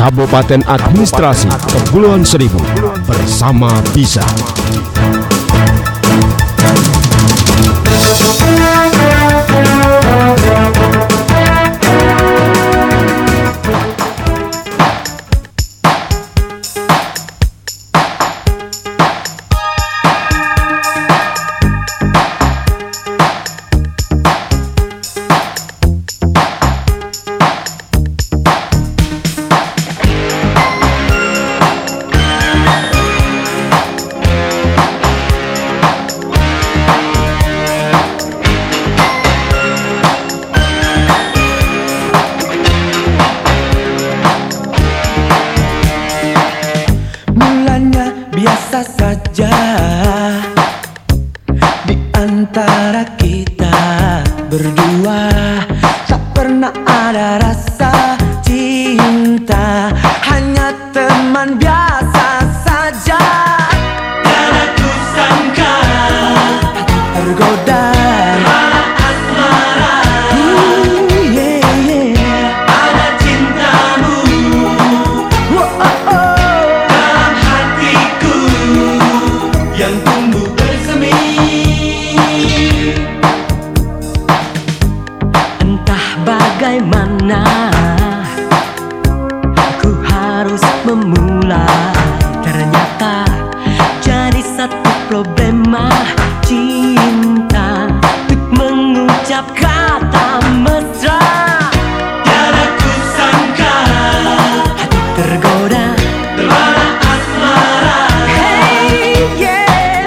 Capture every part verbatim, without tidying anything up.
Kabupaten Administrasi Kepulauan Seribu bersama Bisa. Biasa saja di antara kita berdua, tak pernah ada rasa cinta, hanya teman biasa saja. Dan aku sangka tergoda terbawa asmara. Ooh, yeah, yeah. Ada cintamu. Whoa, oh, oh. Yang tumbuh bersemi. Entah bagaimana aku harus memulai, ternyata jadi satu problema cinta untuk mengucap kata mesra. Dan aku sangka hati tergoda terbawa asmara. Hey, yeah.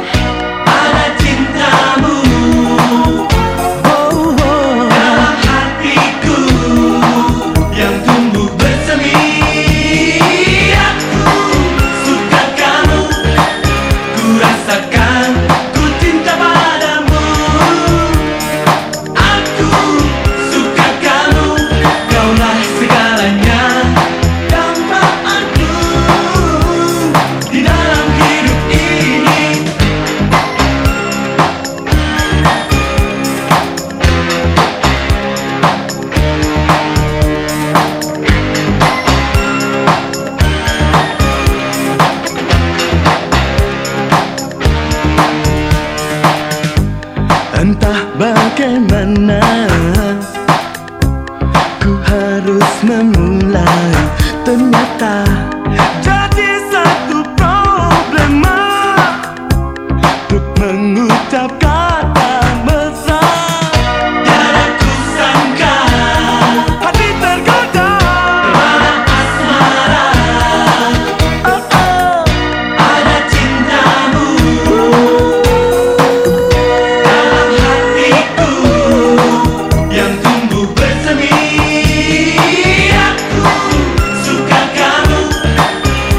Entah bagaimana ku harus memulai, ternyata jadi satu problema untuk mengucap kata mesra. Dan aku sangka hati tergoda terbawa asmara. Oh, oh. Ada cintamu. Yang tumbuh bersemi. Aku suka kamu,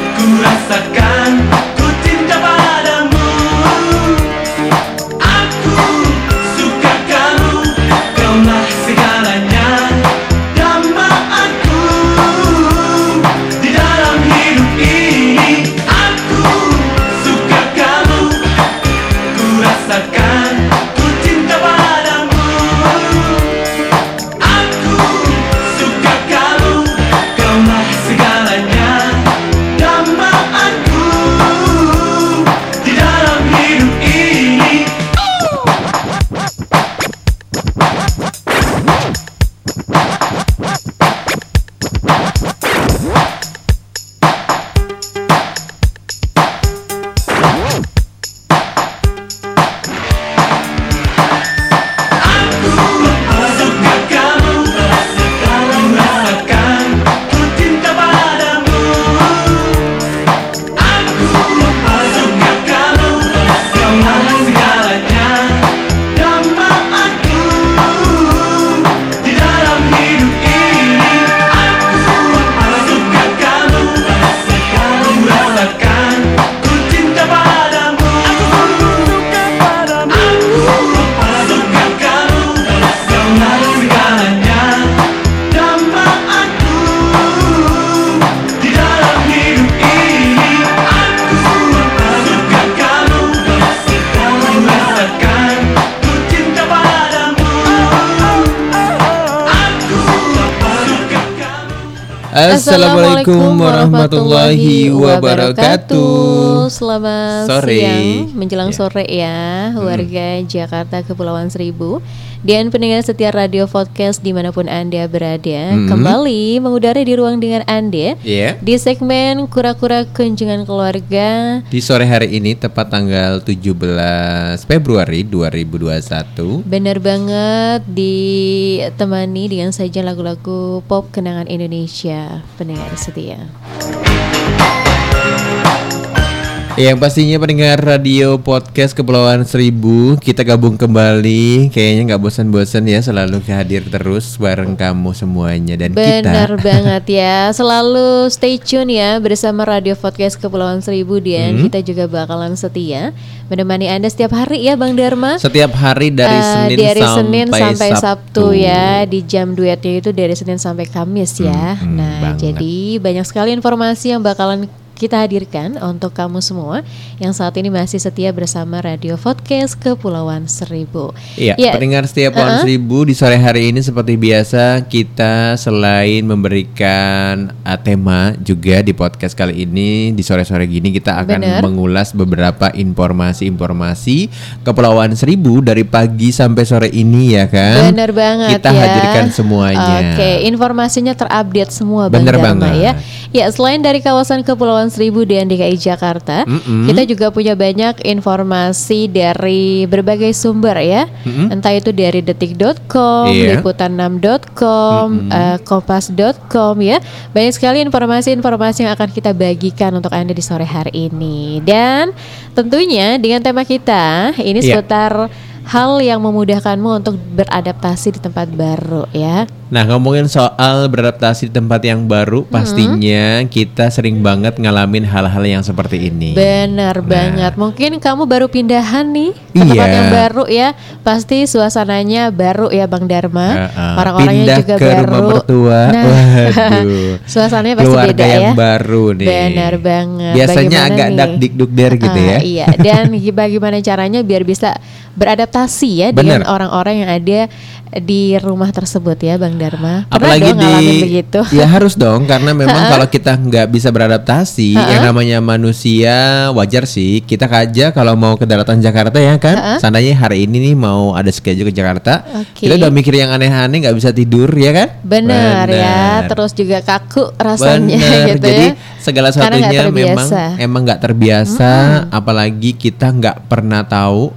Assalamualaikum warahmatullahi wabarakatuh. Selamat sore. siang menjelang ya. sore ya warga hmm. Jakarta Kepulauan Seribu dan pendengar setia radio podcast dimanapun Anda berada. hmm. Kembali mengudara di ruang dengan Anda yeah. di segmen Kura-Kura Kunjungan Keluarga di sore hari ini tepat tanggal tujuh belas Februari dua ribu dua puluh satu. Benar banget, ditemani dengan sajian lagu-lagu pop kenangan Indonesia. Pendengar setia. Yang pastinya pendengar radio podcast Kepulauan Seribu, kita gabung kembali. Kayaknya gak bosan-bosan ya, selalu hadir terus bareng kamu semuanya. Dan bener kita Bener banget ya, selalu stay tune ya bersama radio podcast Kepulauan Seribu. Dan hmm. kita juga bakalan setia menemani Anda setiap hari ya Bang Dharma. Setiap hari dari uh, Senin, dari sampai, Senin sampai Sabtu. Sabtu ya. Di jam duetnya itu dari Senin sampai Kamis ya. hmm, hmm, Nah banget. Jadi banyak sekali informasi yang bakalan kita hadirkan untuk kamu semua yang saat ini masih setia bersama Radio Podcast Kepulauan Seribu. Iya, ya. Pendengar setia Kepulauan uh-huh. Seribu, di sore hari ini seperti biasa kita selain memberikan uh, tema juga di podcast kali ini, di sore-sore gini kita akan Bener. mengulas beberapa informasi-informasi Kepulauan Seribu dari pagi sampai sore ini ya kan. Benar banget kita ya. Kita hadirkan semuanya. Oke, informasinya terupdate semua Bang Bener Dharma banget. ya. Ya, selain dari kawasan Kepulauan Seribu dan D K I Jakarta, mm-hmm. kita juga punya banyak informasi dari berbagai sumber ya, mm-hmm. entah itu dari detik dot com, yeah. liputan enam dot com, mm-hmm. uh, kompas dot com ya. Banyak sekali informasi-informasi yang akan kita bagikan untuk Anda di sore hari ini. Dan tentunya dengan tema kita ini yeah. seputar hal yang memudahkanmu untuk beradaptasi di tempat baru ya. Nah, ngomongin soal beradaptasi di tempat yang baru, pastinya mm-hmm. kita sering banget ngalamin hal-hal yang seperti ini. Benar nah. banget. Mungkin kamu baru pindahan nih ke iya. tempat yang baru ya. Pasti suasananya baru ya Bang Dharma. Uh-uh. Orang-orangnya Pindah juga ke baru. Rumah mertua. Nah, waduh. Suasananya pasti keluarga beda ya. yang baru nih. Benar banget. Biasanya bagaimana agak nih? dak dik duk der gitu uh, ya. Iya. Dan bagaimana caranya biar bisa beradaptasi ya Bener. dengan orang-orang yang ada di rumah tersebut ya Bang Dharma. Pernah Apalagi dong ngalamin di begitu? Ya harus dong, karena memang kalau kita nggak bisa beradaptasi, Ha-ha. yang namanya manusia wajar sih. Kita aja kalau mau ke daratan Jakarta ya kan, Ha-ha. seandainya hari ini nih mau ada schedule ke Jakarta, okay. kita udah mikir yang aneh-aneh, nggak bisa tidur ya kan? Benar ya, terus juga kaku rasanya. Bener. Gitu Jadi ya. segala sesuatunya memang emang nggak terbiasa, mm-hmm. apalagi kita nggak pernah tahu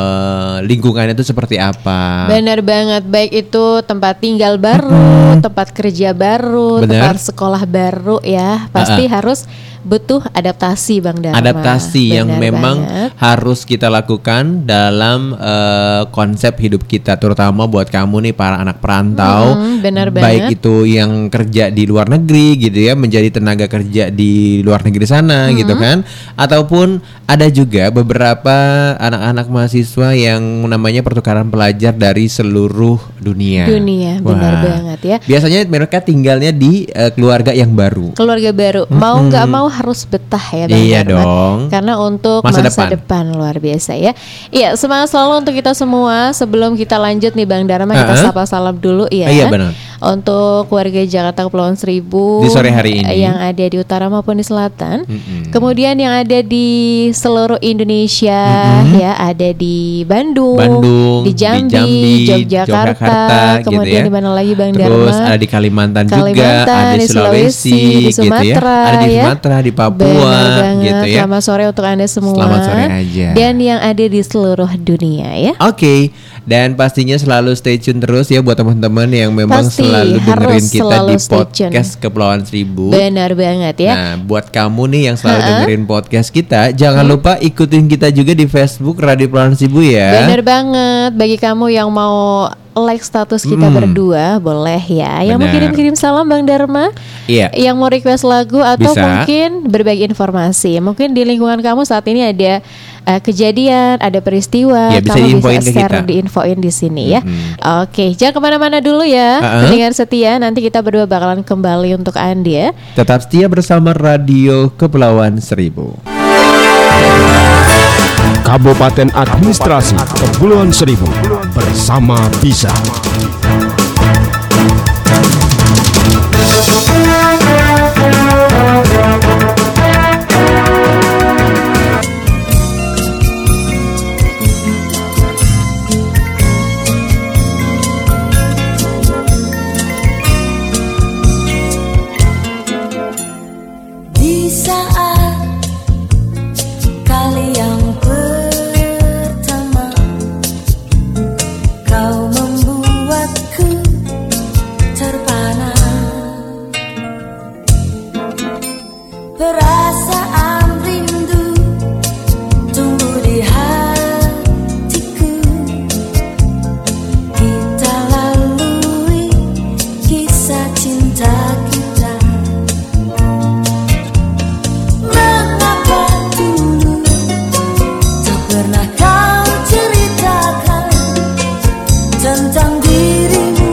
uh, lingkungannya itu seperti apa. Benar banget. Baik itu tempat tinggal baru, mm-hmm. tempat kerja baru, Bener. tempat sekolah baru ya, pasti uh-uh. harus butuh adaptasi Bang Dharma. Adaptasi Benar yang memang banget. harus kita lakukan dalam uh, konsep hidup kita, terutama buat kamu nih para anak perantau, mm, benar baik banget. itu yang kerja di luar negeri gitu ya, menjadi tenaga kerja di luar negeri sana mm-hmm. gitu kan, ataupun ada juga beberapa anak-anak mahasiswa yang namanya pertukaran pelajar dari seluruh dunia. Dunia, benar Wah. banget ya. Biasanya mereka tinggalnya di uh, keluarga yang baru. Keluarga baru, mm-hmm. mau nggak mau harus betah ya Bang Iya Dharma. dong. Karena untuk masa, masa depan. depan luar biasa ya. Iya, semangat selalu untuk kita semua. Sebelum kita lanjut nih Bang Dharma, uh-huh. kita sapa salam dulu ya. Iya benar. Untuk warga Jakarta Kepulauan Seribu di sore hari ini yang ada di utara maupun di selatan, mm-hmm. kemudian yang ada di seluruh Indonesia mm-hmm. ya, ada di Bandung, Bandung di Jambi, di Jambi Yogyakarta, Yogyakarta kemudian gitu ya. di mana lagi Bang Terus Dharma? Terus ada di Kalimantan, Kalimantan juga, ada di Sulawesi, di Sumatera, gitu ya. Ada di Sumatera, ya. di Papua, gitu ya. Selamat sore untuk Anda semua. Selamat sore aja. Dan yang ada di seluruh dunia ya. Oke, okay. Dan pastinya selalu stay tune terus ya buat teman-teman yang memang Pasti, selalu dengerin kita di podcast tune. Kepulauan Seribu. Benar banget ya. Nah, buat kamu nih yang selalu Ha-ha. dengerin podcast kita, jangan hmm. lupa ikutin kita juga di Facebook Radio Kepulauan Seribu ya. Benar banget. Bagi kamu yang mau like status kita hmm. berdua, boleh ya. Yang mau kirim-kirim salam Bang Dharma, iya. Yang mau request lagu atau Bisa. mungkin berbagi informasi. Mungkin di lingkungan kamu saat ini ada uh, kejadian, ada peristiwa, ya, bisa kamu diinfoin bisa ke share, kita. diinfoin di sini ya. Mm-hmm. Oke, jangan kemana-mana dulu ya, uh-uh. pendengar setia. Nanti kita berdua bakalan kembali untuk Anda. Tetap setia bersama Radio Kepulauan Seribu. Kabupaten Administrasi Kepulauan Seribu bersama Bisa. cinta kita. Mengapa dulu tak pernah kau ceritakan tentang dirimu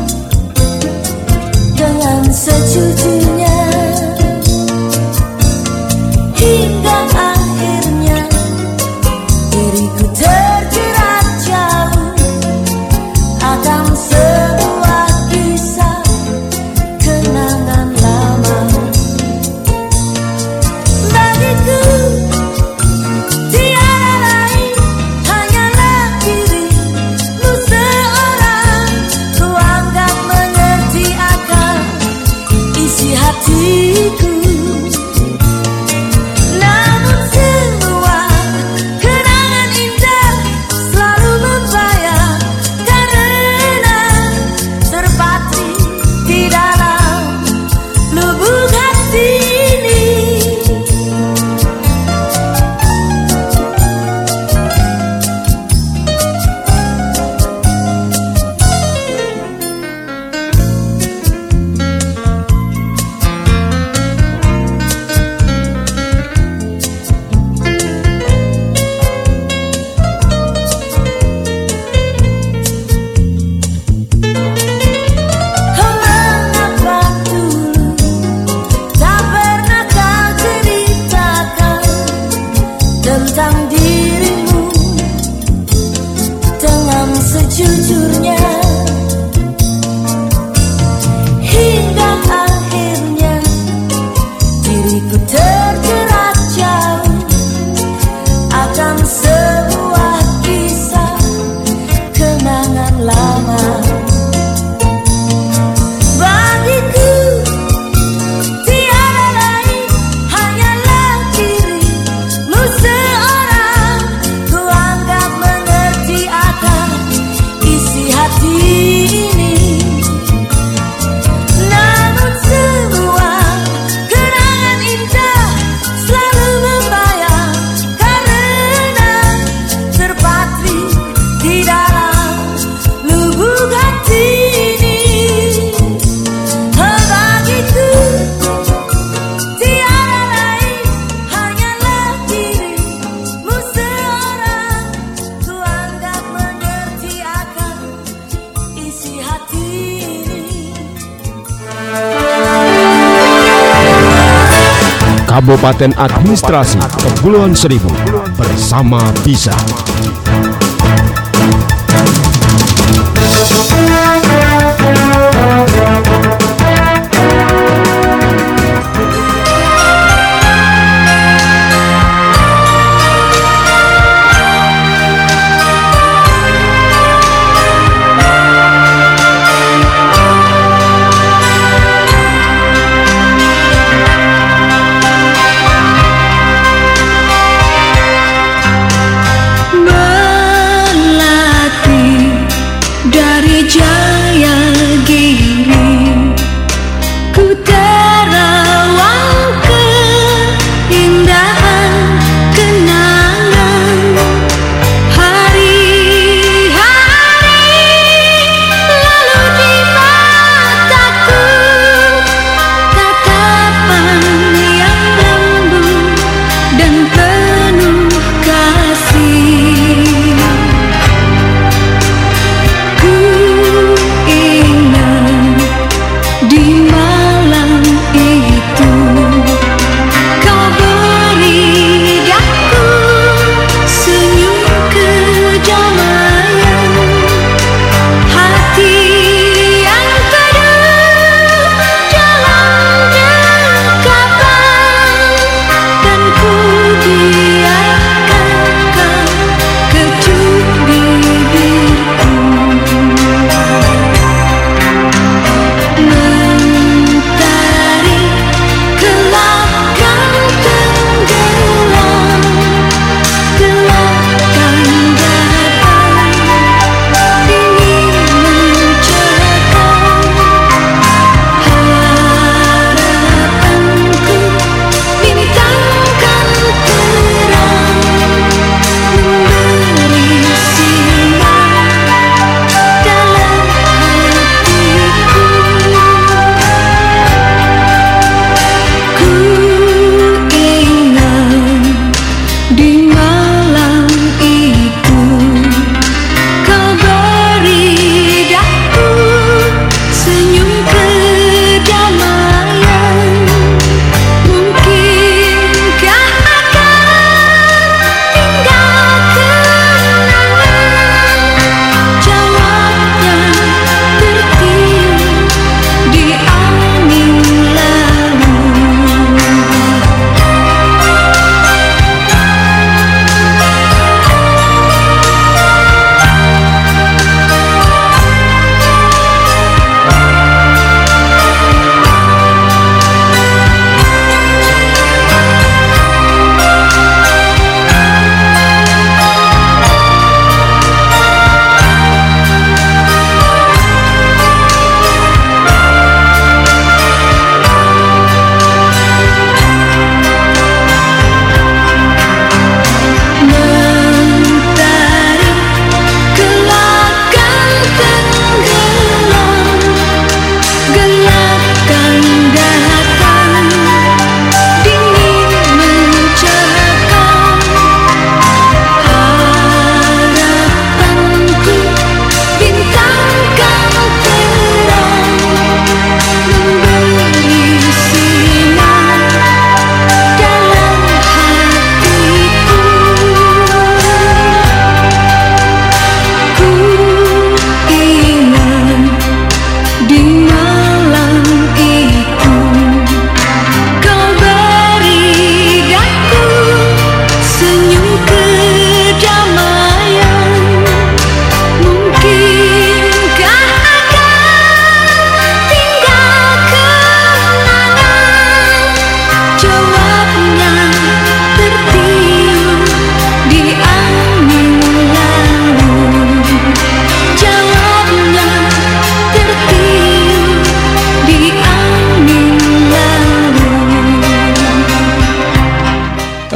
dengan sejujurnya, hingga akhirnya diriku terjerat jauh akan sebuah kisah kenangan lama. Bagiku tiada lain, hanyalah dirimu seorang. Ku anggap mengerti akan isi hatiku. Namun semua kenangan indah selalu membayang karena terpatri di dalam lubuk hati ini. Mengapa dulu tak pernah kau ceritakan tentang dirimu dengan sejujurnya, hingga akhirnya diriku terjerat jauh akan sebuah kisah kenangan lama. Bagiku tiada lain, hanyalah dirimu seorang. Ku anggap mengerti akan isi hati ini. Namun semua kenangan indah selalu membayang karena terpatri di dalam lubuk hati ini. Bagiku tiada lain, hanyalah dirimu seorang. Ku anggap mengerti akan isi hati ini. Kabupaten Administrasi Kepulauan Seribu bersama Bisa.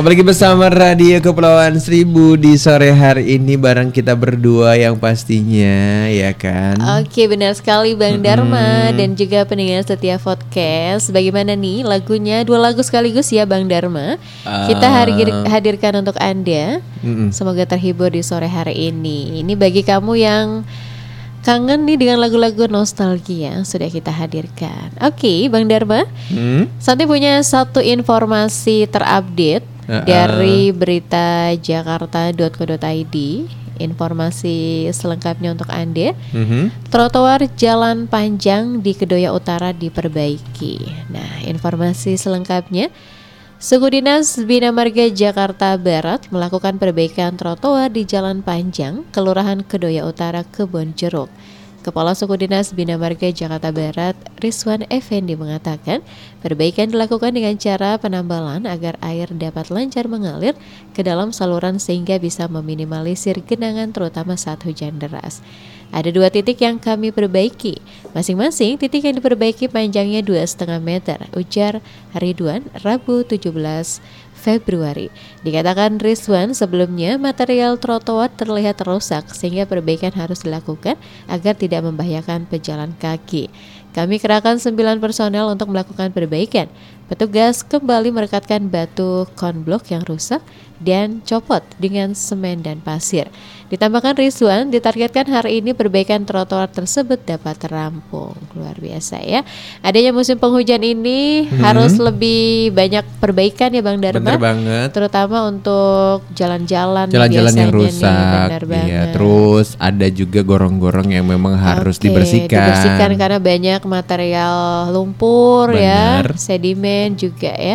Apalagi bersama Radio Kepulauan Seribu di sore hari ini bareng kita berdua yang pastinya, ya kan? Oke, benar sekali Bang Dharma hmm. dan juga pendengar setia podcast. Bagaimana nih lagunya? Dua lagu sekaligus ya Bang Dharma. Uh. Kita hadir, hadirkan untuk Anda. Mm-mm. Semoga terhibur di sore hari ini. Ini bagi kamu yang kangen nih dengan lagu-lagu nostalgia sudah kita hadirkan. Oke, Bang Dharma. Hmm? Santi punya satu informasi terupdate uh-uh. dari berita jakarta dot co dot i d. Informasi selengkapnya untuk Anda. Mm-hmm. Trotoar jalan panjang di Kedoya Utara diperbaiki. Nah, informasi selengkapnya, Suku Dinas Bina Marga Jakarta Barat melakukan perbaikan trotoar di Jalan Panjang, Kelurahan Kedoya Utara, Kebonjeruk. Kepala Suku Dinas Bina Marga Jakarta Barat, Rizwan Effendi mengatakan, perbaikan dilakukan dengan cara penambalan agar air dapat lancar mengalir ke dalam saluran sehingga bisa meminimalisir genangan terutama saat hujan deras. Ada dua titik yang kami perbaiki. Masing-masing titik yang diperbaiki panjangnya dua koma lima meter, ujar Ridwan Rabu tujuh belas Februari. Dikatakan Rizwan, sebelumnya material trotoar terlihat rusak sehingga perbaikan harus dilakukan agar tidak membahayakan pejalan kaki. Kami kerahkan sembilan personel untuk melakukan perbaikan. Petugas kembali merekatkan batu konblok yang rusak dan copot dengan semen dan pasir. Ditambahkan Rizwan, ditargetkan hari ini perbaikan trotoar tersebut dapat terampung. Luar biasa ya. Adanya musim penghujan ini hmm. harus lebih banyak perbaikan ya Bang Dharma. Bener banget. Terutama untuk jalan-jalan Jalan-jalan yang rusak. Nih, iya, terus ada juga gorong-gorong yang memang harus okay, dibersihkan. Dibersihkan karena banyak material lumpur. Bener. Ya, sedimen juga ya.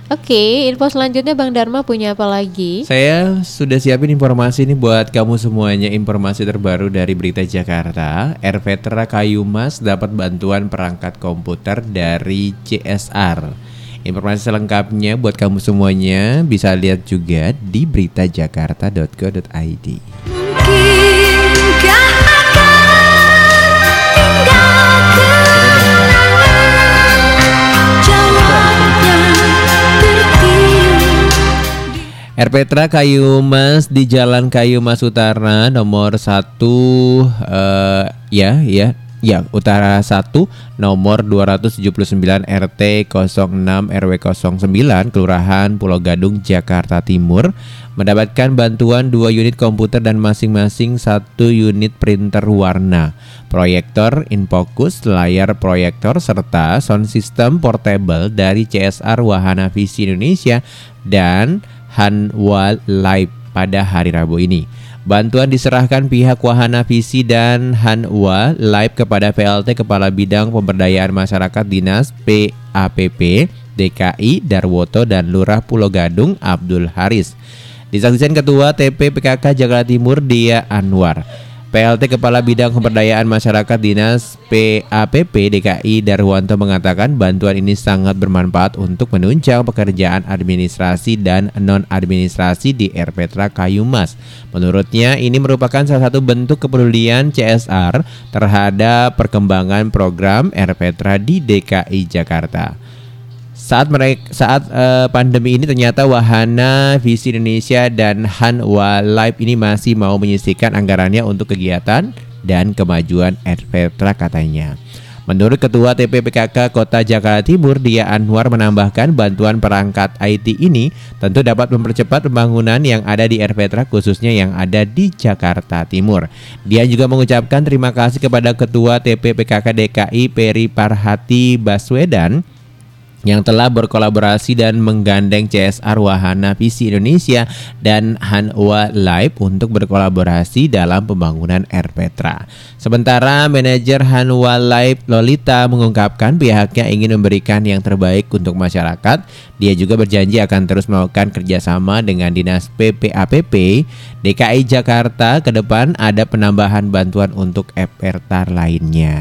Oke, info selanjutnya Bang Dharma punya apa lagi? Saya sudah siapin informasi ini buat kamu semuanya. Informasi terbaru dari Berita Jakarta. Erpetra Kayu Mas dapat bantuan perangkat komputer dari C S R. Informasi selengkapnya buat kamu semuanya bisa lihat juga di berita jakarta dot co dot i d. Mungkinkah Erpetra Kayu Mas di Jalan Kayu Mas Utara nomor satu uh, ya ya ya Utara satu nomor dua ratus tujuh puluh sembilan R T nol enam R W nol sembilan Kelurahan Pulau Gadung Jakarta Timur mendapatkan bantuan dua unit komputer dan masing-masing satu unit printer warna, proyektor infocus, layar proyektor serta sound system portable dari C S R Wahana Visi Indonesia dan Hanwha Live pada hari Rabu ini. Bantuan diserahkan pihak Wahana Visi dan Hanwha Live kepada P L T Kepala Bidang Pemberdayaan Masyarakat Dinas P A P P D K I Darwoto dan Lurah Pulau Gadung Abdul Haris. Disaksikan Ketua T P P K K Jakarta Timur Dia Anwar. P L T Kepala Bidang Pemberdayaan Masyarakat Dinas P A P P D K I Darwanto mengatakan bantuan ini sangat bermanfaat untuk menunjang pekerjaan administrasi dan non-administrasi di Erpetra Kayu Mas. Menurutnya ini merupakan salah satu bentuk kepedulian C S R terhadap perkembangan program Erpetra di D K I Jakarta. Saat mereka saat uh, pandemi ini ternyata Wahana Visi Indonesia dan Hanwha Live ini masih mau menyisihkan anggarannya untuk kegiatan dan kemajuan Erpetra katanya. Menurut Ketua T P P K K Kota Jakarta Timur Dia Anwar menambahkan bantuan perangkat I T ini tentu dapat mempercepat pembangunan yang ada di Erpetra khususnya yang ada di Jakarta Timur. Dia juga mengucapkan terima kasih kepada Ketua T P P K K D K I Peri Parhati Baswedan yang telah berkolaborasi dan menggandeng C S R Wahana Visi Indonesia dan Hanwha Live untuk berkolaborasi dalam pembangunan Erpetra. Sementara manajer Hanwha Live Lolita mengungkapkan pihaknya ingin memberikan yang terbaik untuk masyarakat. Dia juga berjanji akan terus melakukan kerjasama dengan Dinas P P A P P D K I Jakarta ke depan ada penambahan bantuan untuk Erpetra lainnya.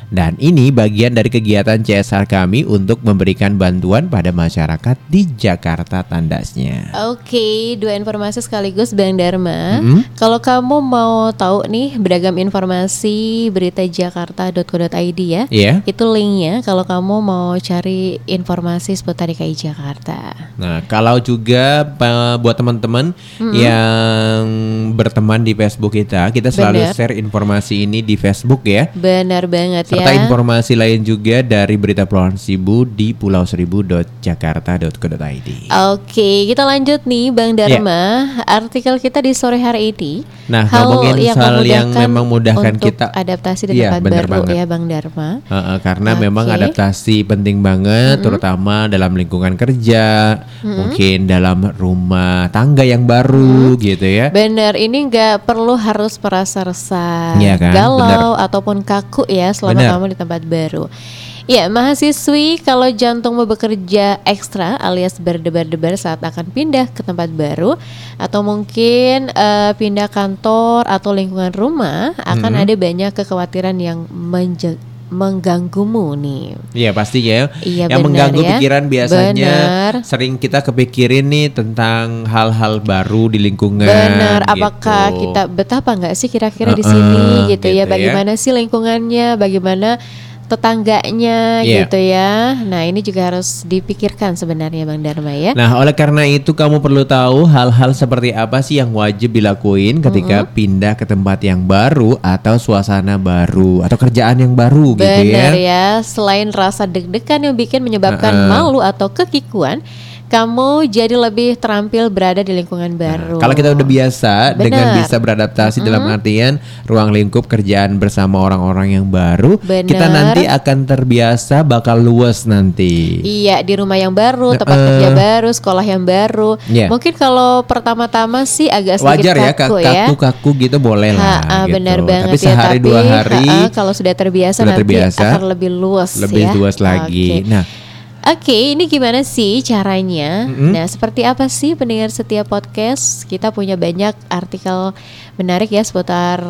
Dan ini bagian dari kegiatan C S R kami untuk memberikan bantuan pada masyarakat di Jakarta tandasnya. Oke, dua informasi sekaligus Bang Dharma. Mm-hmm. Kalau kamu mau tahu nih beragam informasi berita jakarta dot co dot i d ya, Iya. itu linknya kalau kamu mau cari informasi seputar D K I Jakarta. Nah, kalau juga pa- buat teman-teman Mm-hmm. yang berteman di Facebook kita, kita selalu Bener. share informasi ini di Facebook ya. Benar banget Serta ya. informasi lain juga dari Berita Pulauan Seribu di pulau seribu dot jakarta dot co dot i d. Oke, kita lanjut nih Bang Dharma. Artikel kita di sore hari ini. Nah, hal ngomongin yang hal yang memudahkan memang memudahkan untuk kita adaptasi di Iya, tempat benar baru banget. ya Bang Dharma. Uh, uh, karena Oke. memang adaptasi penting banget, terutama dalam lingkungan kerja, mungkin dalam rumah tangga yang baru gitu ya. Bener, ini nggak perlu harus merasa resah, Iya kan, galau ataupun kaku ya selama Bener. kamu di tempat baru. Ya, mahasiswi kalau jantungmu bekerja ekstra alias berdebar-debar saat akan pindah ke tempat baru atau mungkin eh, pindah kantor atau lingkungan rumah, akan ada banyak kekhawatiran yang menje- mengganggumu nih. Iya pasti ya. Iya, Yang benar mengganggu ya. pikiran biasanya Benar. sering kita kepikirin nih tentang hal-hal baru di lingkungan. Benar, apakah gitu. kita betapa nggak sih kira-kira di Uh-uh, sini gitu, gitu ya? ya. Bagaimana sih lingkungannya, bagaimana tetangganya Iya. gitu ya. Nah, ini juga harus dipikirkan sebenarnya Bang Dharma ya. Nah, oleh karena itu kamu perlu tahu hal-hal seperti apa sih yang wajib dilakuin ketika pindah ke tempat yang baru atau suasana baru atau kerjaan yang baru gitu Benar ya. ya. Selain rasa deg-degan yang bikin menyebabkan Uh-uh. malu atau kekikuan, kamu jadi lebih terampil berada di lingkungan baru. Kalau kita udah biasa Benar. dengan bisa beradaptasi dalam artian ruang lingkup kerjaan bersama orang-orang yang baru, Benar. kita nanti akan terbiasa bakal luas nanti. Iya, di rumah yang baru, tempat Uh-uh. kerja baru, sekolah yang baru. Iya. Mungkin kalau pertama-tama sih agak sedikit Wajar ya, kaku ka- ya. kaku-kaku gitu boleh lah. Ha, gitu. benar banget Tapi ya. sehari Tapi dua hari ha, kalau sudah terbiasa sudah nanti terbiasa, akan lebih luas ya. lebih luas lagi. Oke. Nah, Oke, ini gimana sih caranya? Mm-mm. Nah, seperti apa sih pendengar setiap podcast? Kita punya banyak artikel menarik ya seputar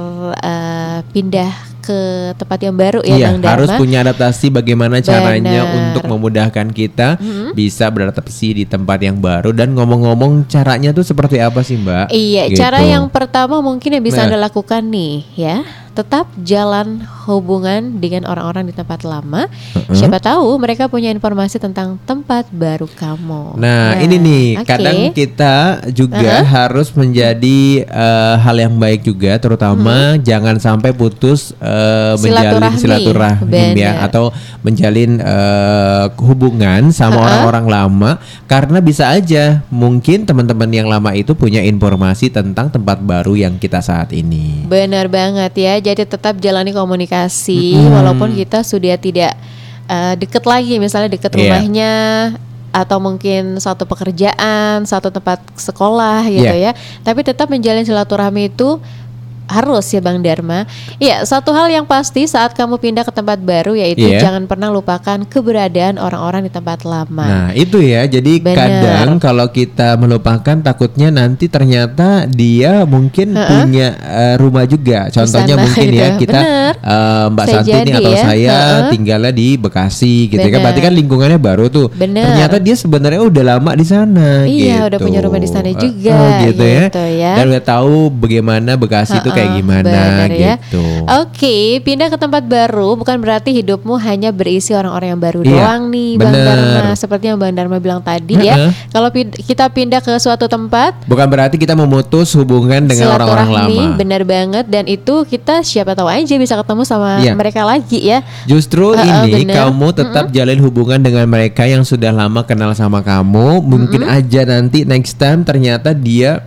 eh, pindah ke tempat yang baru ya, iya, Bang Dharma. harus punya adaptasi bagaimana caranya Benar. untuk memudahkan kita bisa beradaptasi di tempat yang baru. Dan ngomong-ngomong caranya tuh seperti apa sih Mbak? Iya, Gitu. cara yang pertama mungkin yang bisa Nah. Anda lakukan nih ya, tetap jalan hubungan dengan orang-orang di tempat lama. Siapa tahu mereka punya informasi tentang tempat baru kamu. Nah, ini nih oke. kadang kita juga harus menjadi eh, hal yang baik juga, terutama jangan sampai putus eh, menjalin Silaturahmi. silaturahim ya, Benar. atau menjalin eh, hubungan sama Ha-ha. orang-orang lama, karena bisa aja mungkin teman-teman yang lama itu punya informasi tentang tempat baru yang kita saat ini. Benar banget ya. Jadi tetap jalani komunikasi Mm-mm. walaupun kita sudah tidak eh, deket lagi, misalnya deket Iya. rumahnya atau mungkin satu pekerjaan, satu tempat sekolah gitu Iya. ya. Tapi tetap menjalin silaturahmi itu harus ya Bang Dharma. Iya, satu hal yang pasti saat kamu pindah ke tempat baru yaitu Iya. jangan pernah lupakan keberadaan orang-orang di tempat lama. Nah itu ya, jadi Bener. kadang kalau kita melupakan takutnya nanti ternyata dia mungkin Ha-ha. punya eh, rumah juga. Contohnya sana mungkin ya gitu. kita Bener. eh, Mbak Bisa Santi nih jadi atau ya. saya Ha-ha. tinggalnya di Bekasi gitu ya. Bener. Berarti kan lingkungannya baru tuh. Bener. Ternyata dia sebenarnya udah lama di sana. Iya, gitu. udah punya rumah di sana Eh, juga, eh, gitu, ya. gitu ya. Dan udah tahu bagaimana Bekasi itu kayak Ha-ha, gimana bener ya. gitu. Oke, pindah ke tempat baru bukan berarti hidupmu hanya berisi orang-orang yang baru Iya, doang nih, Bang bener. Dharma. Seperti yang Bang Dharma bilang tadi ya. Heeh. Kalau pin- kita pindah ke suatu tempat, Bukan berarti kita memutus hubungan dengan orang-orang lama. silaturahmi, benar banget. Dan itu kita siapa tahu aja bisa ketemu sama Iya. mereka lagi ya. Justru Heeh, ini bener. kamu tetap jalin hubungan dengan mereka yang sudah lama kenal sama kamu. Mungkin aja nanti next time ternyata dia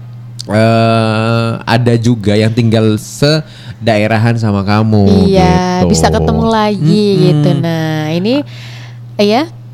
eh ada juga yang tinggal sedaerahan sama kamu. Iya, gitu. bisa ketemu lagi Mm-mm. gitu. Nah, ini ya.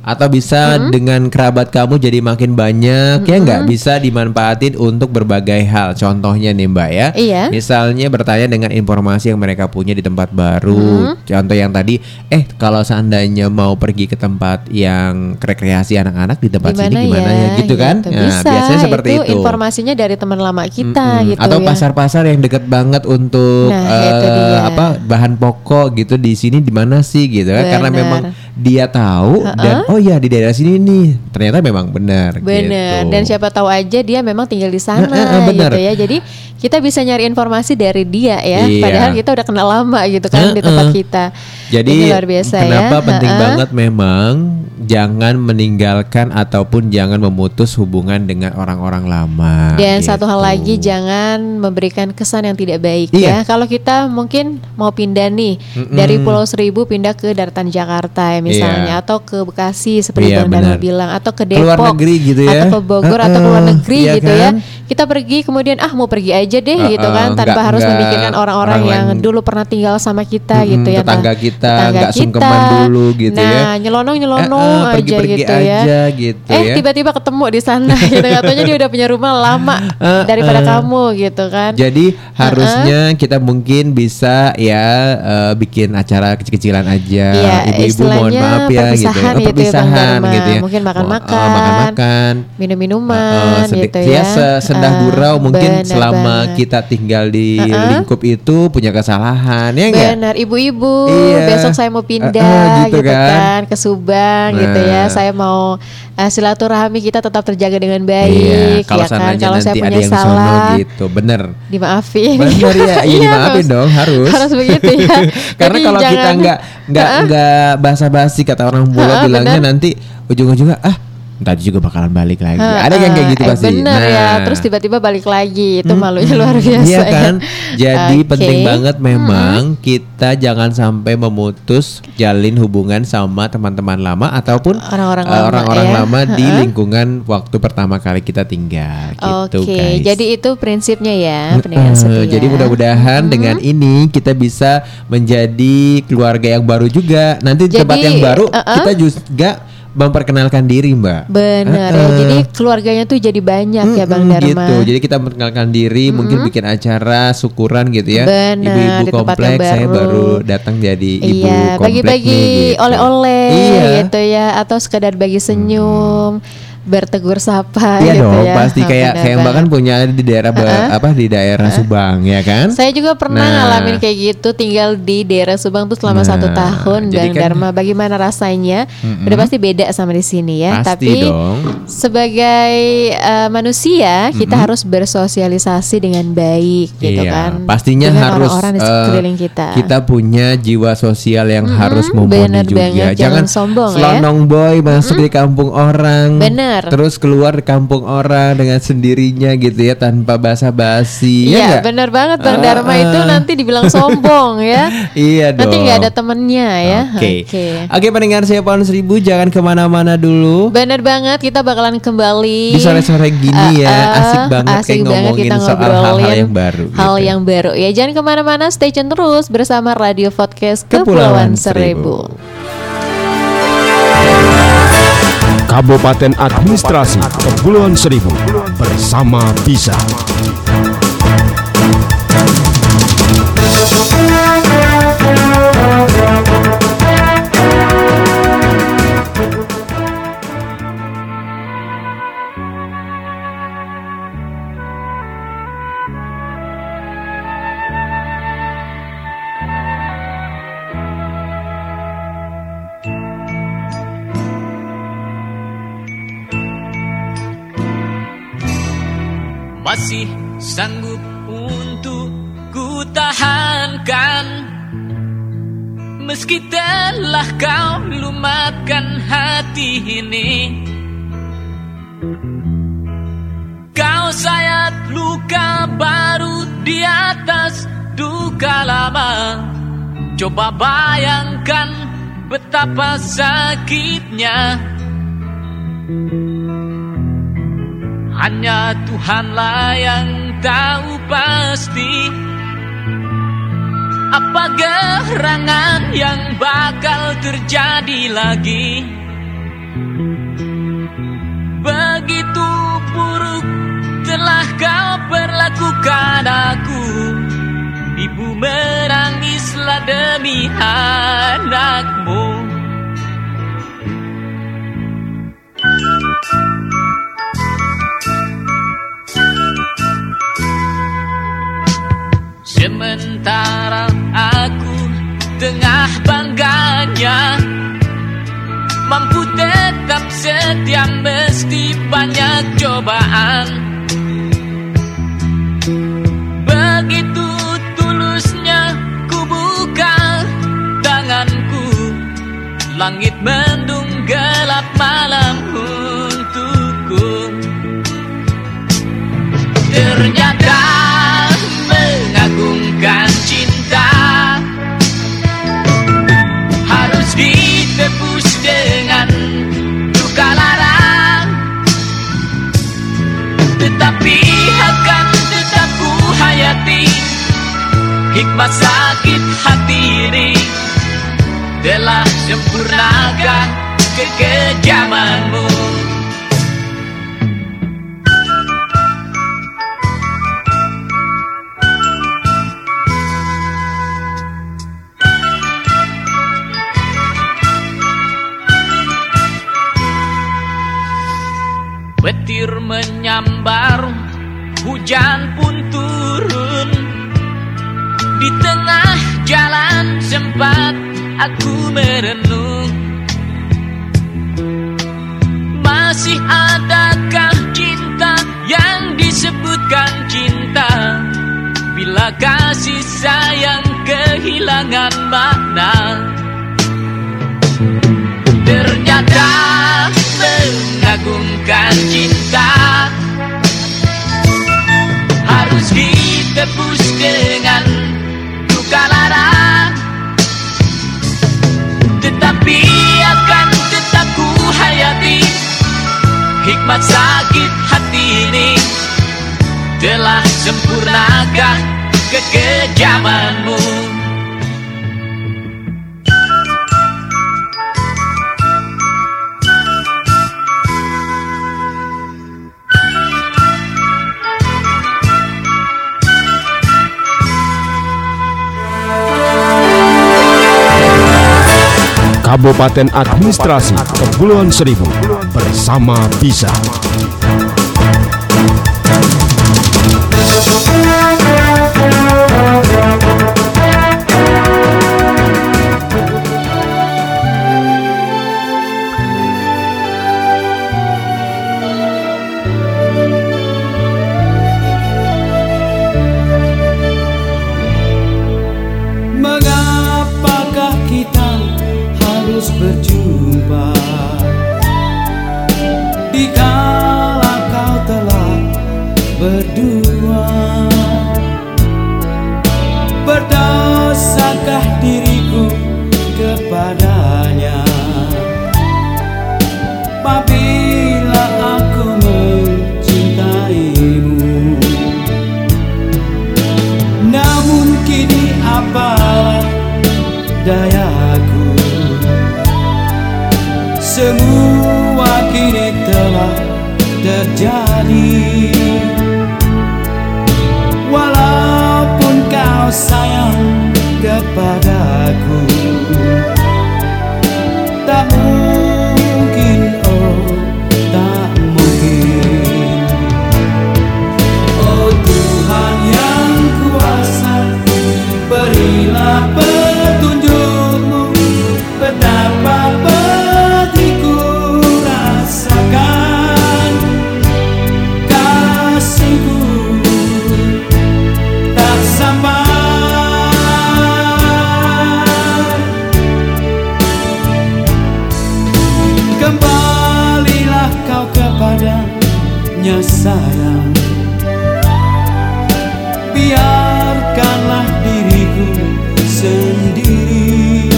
atau bisa hmm. dengan kerabat kamu jadi makin banyak, hmm. ya nggak, bisa dimanfaatin untuk berbagai hal. Contohnya nih Mbak ya, iya. misalnya bertanya dengan informasi yang mereka punya di tempat baru. Hmm. Contoh yang tadi, eh kalau seandainya mau pergi ke tempat yang rekreasi anak-anak di tempat gimana sini gimana ya, ya gitu kan? Gitu. Nah, bisa, biasanya seperti itu. Itu informasinya dari teman lama kita mm-hmm. gitu atau ya. pasar-pasar yang deket banget untuk nah, uh, apa bahan pokok gitu, di sini di mana sih gitu kan? Karena memang dia tahu uh-uh. dan oh ya di daerah sini nih ternyata memang benar. Benar. Gitu. Dan siapa tahu aja dia memang tinggal di sana uh, uh, gitu ya. Jadi kita bisa nyari informasi dari dia ya. Iya. Padahal kita udah kenal lama gitu kan uh, di tempat uh. kita. Jadi ini luar biasa kenapa ya. penting uh-uh. banget memang jangan meninggalkan ataupun jangan memutus hubungan dengan orang-orang lama. Dan gitu. satu hal lagi, jangan memberikan kesan yang tidak baik iya. ya. Kalau kita mungkin mau pindah nih Mm-mm. dari Pulau Seribu pindah ke Daratan Jakarta ya misalnya, iya. atau ke Bekasi seperti iya, Bang Dharma bilang, atau ke Depok, keluar negeri gitu ya, atau ke Bogor, uh-uh. atau ke luar negeri iya gitu kan? ya. Kita pergi kemudian ah mau pergi aja deh uh-uh. gitu kan, tanpa enggak, harus enggak memikirkan orang-orang orang yang lain. dulu pernah tinggal sama kita Mm-mm, gitu ya. Tetangga nah, kita tetangga nggak sungkeman dulu gitu nah, ya. Nah nyelonong-nyelonong eh, eh, aja pergi-pergi gitu aja, ya. gitu eh ya. tiba-tiba ketemu di sana gitu, katanya dia udah punya rumah lama uh, daripada uh. kamu gitu kan. Jadi harusnya uh-uh. kita mungkin bisa ya uh, bikin acara kecil-kecilan aja, ya, ibu-ibu mohon maaf ya gitu ya, oh, perpisahan gitu ya, gitu ya, mungkin makan-makan, uh, makan-makan, minum-minuman, uh, uh, gitu ya, ya, sendah uh, gurau mungkin bener selama banget. kita tinggal di uh-uh. lingkup itu punya kesalahan ya enggak? Benar, ibu-ibu iya. besok saya mau pindah uh, uh, gitu, gitu kan? kan ke Subang nah. gitu ya, saya mau uh, silaturahmi kita tetap terjaga dengan baik. Iya, kalau ya kan, kalau saya punya ada yang salah sono gitu, bener. Dimaafin. Bener ya, iya dimaafin dong, harus. Harus begitu ya. Karena Jadi kalau jangan, kita nggak nggak uh-uh. nggak basa-basi kata orang Bule uh-uh, bilangnya bener. nanti ujung-ujungnya ah ntar juga bakalan balik lagi. Uh, Ada yang kayak gitu eh, pasti. Bener nah. ya, terus tiba-tiba balik lagi, itu hmm, malunya luar biasa. Iya kan. Ya. Jadi okay. penting banget memang hmm. kita jangan sampai memutus jalin hubungan sama teman-teman lama ataupun orang-orang uh, lama, orang-orang ya. lama di uh-uh. lingkungan waktu pertama kali kita tinggal. Gitu Oke, guys. jadi itu prinsipnya ya, pendengar setia. Jadi mudah-mudahan hmm. dengan ini kita bisa menjadi keluarga yang baru juga. Nanti di jadi, tempat yang baru uh-uh. kita juga memperkenalkan diri Mbak. Benar uh-uh. ya, jadi keluarganya tuh jadi banyak hmm, ya Bang Dharma. Gitu, jadi kita memperkenalkan diri, hmm. mungkin bikin acara syukuran gitu ya. Benar, ibu-ibu kompleks, saya baru datang jadi ibu iya, kompleks bagi-bagi nih, gitu. oleh-oleh iya. gitu ya, atau sekedar bagi senyum. Hmm. bertegur sapa iya gitu dong, ya. pasti kayak kayak Mbak kan punya di daerah uh-uh. apa di daerah uh-uh. Subang ya kan? Saya juga pernah nah. ngalamin kayak gitu, tinggal di daerah Subang tuh selama nah, satu tahun Bang kan, Dharma. Bagaimana rasanya? Mm-hmm. Udah pasti beda sama di sini ya. Pasti Tapi dong. sebagai uh, manusia kita mm-hmm. harus bersosialisasi dengan baik gitu iya, kan. Pastinya dengan harus orang-orang di sekeliling kita. Kita punya jiwa sosial yang mm-hmm. harus mumpuni juga. Banget. Jangan, Jangan sombong selonong ya. boy masuk mm-hmm. di kampung orang. Bener. Terus keluar di kampung orang dengan sendirinya gitu ya, tanpa basa-basi. Iya, ya benar banget Bang Dharma. uh, itu nanti dibilang sombong ya. Iya dong. Nanti nggak ada temennya ya. Oke. Okay. Oke, okay. okay, pendengar saya Pohon Seribu, jangan kemana-mana dulu. Benar banget, kita bakalan kembali di sore-sore gini ya. Uh, uh, asik banget asik kayak banget ngomongin kita soal hal-hal yang baru. Hal gitu. yang baru ya. Jangan kemana-mana, stay tune terus bersama Radio Podcast Kepulauan, Kepulauan Seribu. Kabupaten Administrasi Kepulauan Seribu bersama Bisa. Masih sanggup untuk ku tahankan, meski telah kau lumatkan hati ini. Kau sayat luka baru di atas duka lama. Coba bayangkan betapa sakitnya. Hanya Tuhanlah yang tahu pasti apa gerangan yang bakal terjadi lagi. maafkan aku. Ibu menangislah demi anakmu. Sementara aku tengah bangganya mampu tetap setia meski banyak cobaan. Begitu tulusnya ku buka tanganku, langit mendung gelap malam untukku. Ternyata mengagungkan cinta harus ditebus dengan luka lara, tetapi akan tetap ku hayati hikmat sakit hati ini. Telah sempurnakah kekejamanmu? Petir menyambar, hujan pun turun. Di tengah jalan sempat aku merenung, masih adakah cinta yang disebutkan cinta bila kasih sayang kehilangan makna? Ternyata mengagungkan cinta harus ditebus dengan luka lara, tetapi akan tetap ku hayati hikmat sakit hati ini. Telah sempurnakah kekejamanmu? Kabupaten Administrasi Kepulauan Seribu bersama Bisa. Mengapakah kita harus berjumpa dikala kau telah berdua? Berdosakah diriku kepadanya apabila aku mencintaimu? Namun kini apalah dayaku, semua kini telah terjadi. Walaupun kau sayang kepadaku, tak mungkin, oh tak mungkin. Oh Tuhan yang kuasa, berilah petunjuk-Mu, betapa pedihku rasakan. Kasih-Ku tak sampai. Kembalilah kau kepadanya sayang, biarkanlah diriku sendiri.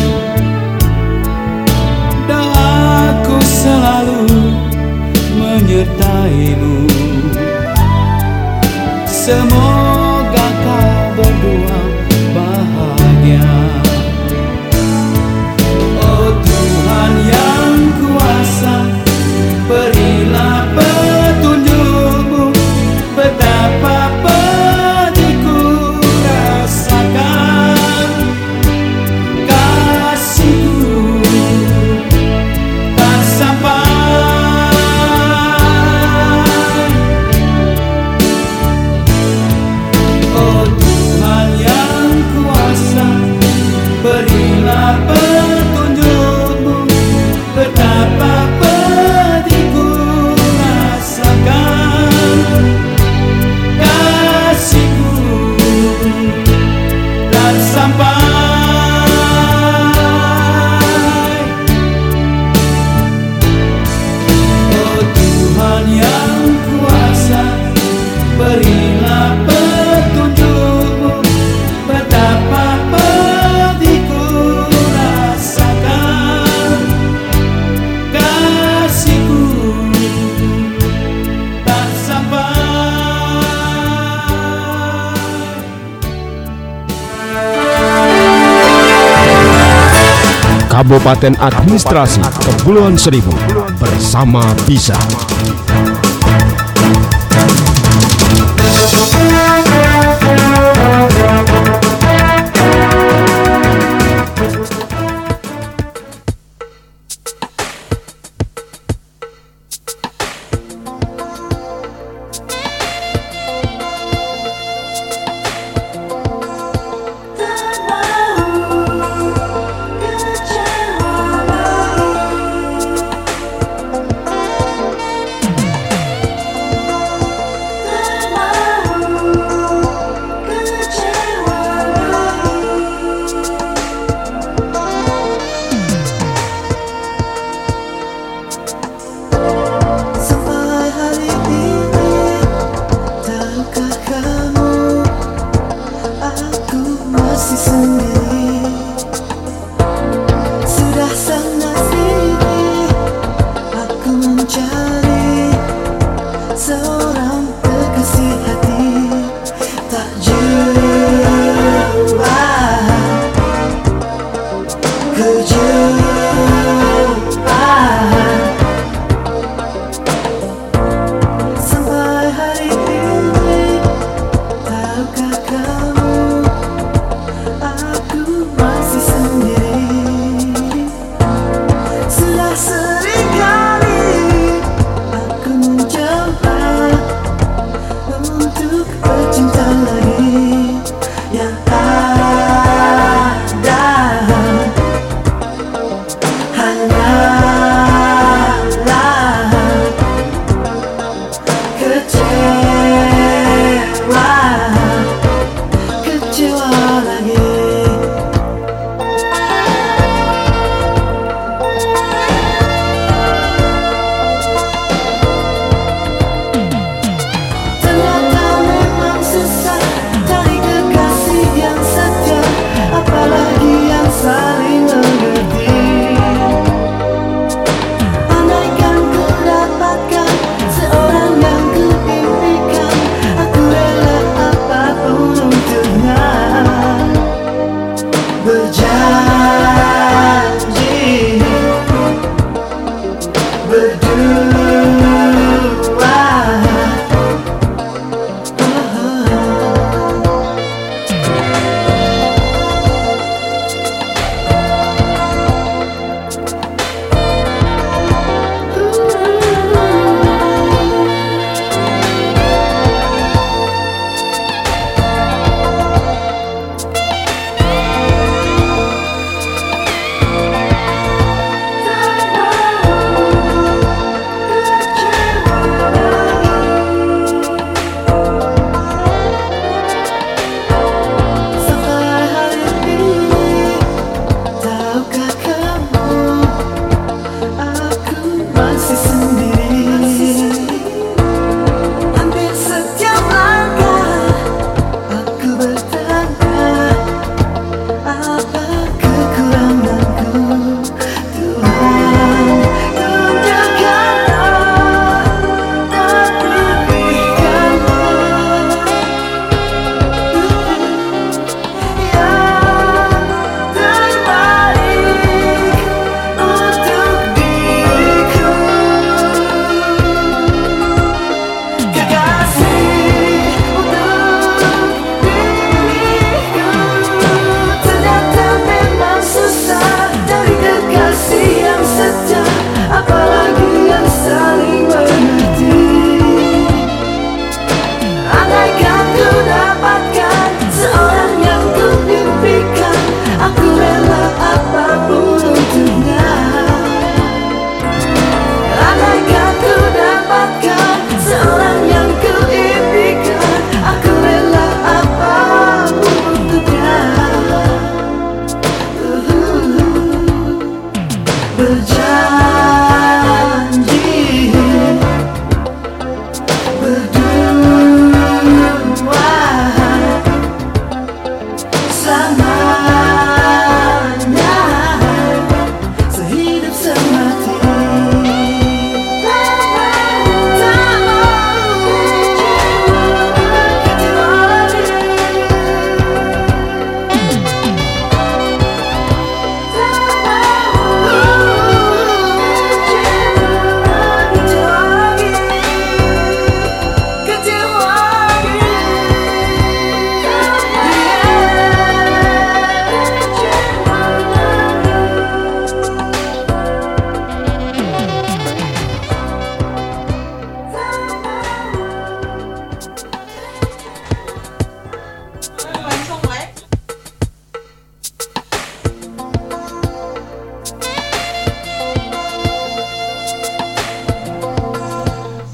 Doaku selalu menyertai-Mu, semoga kau berdua bahagia. Oh Tuhan yang kuasa, berilah petunjuk-Mu, betapa Kabupaten Administrasi Kepulauan Seribu bersama Bisa.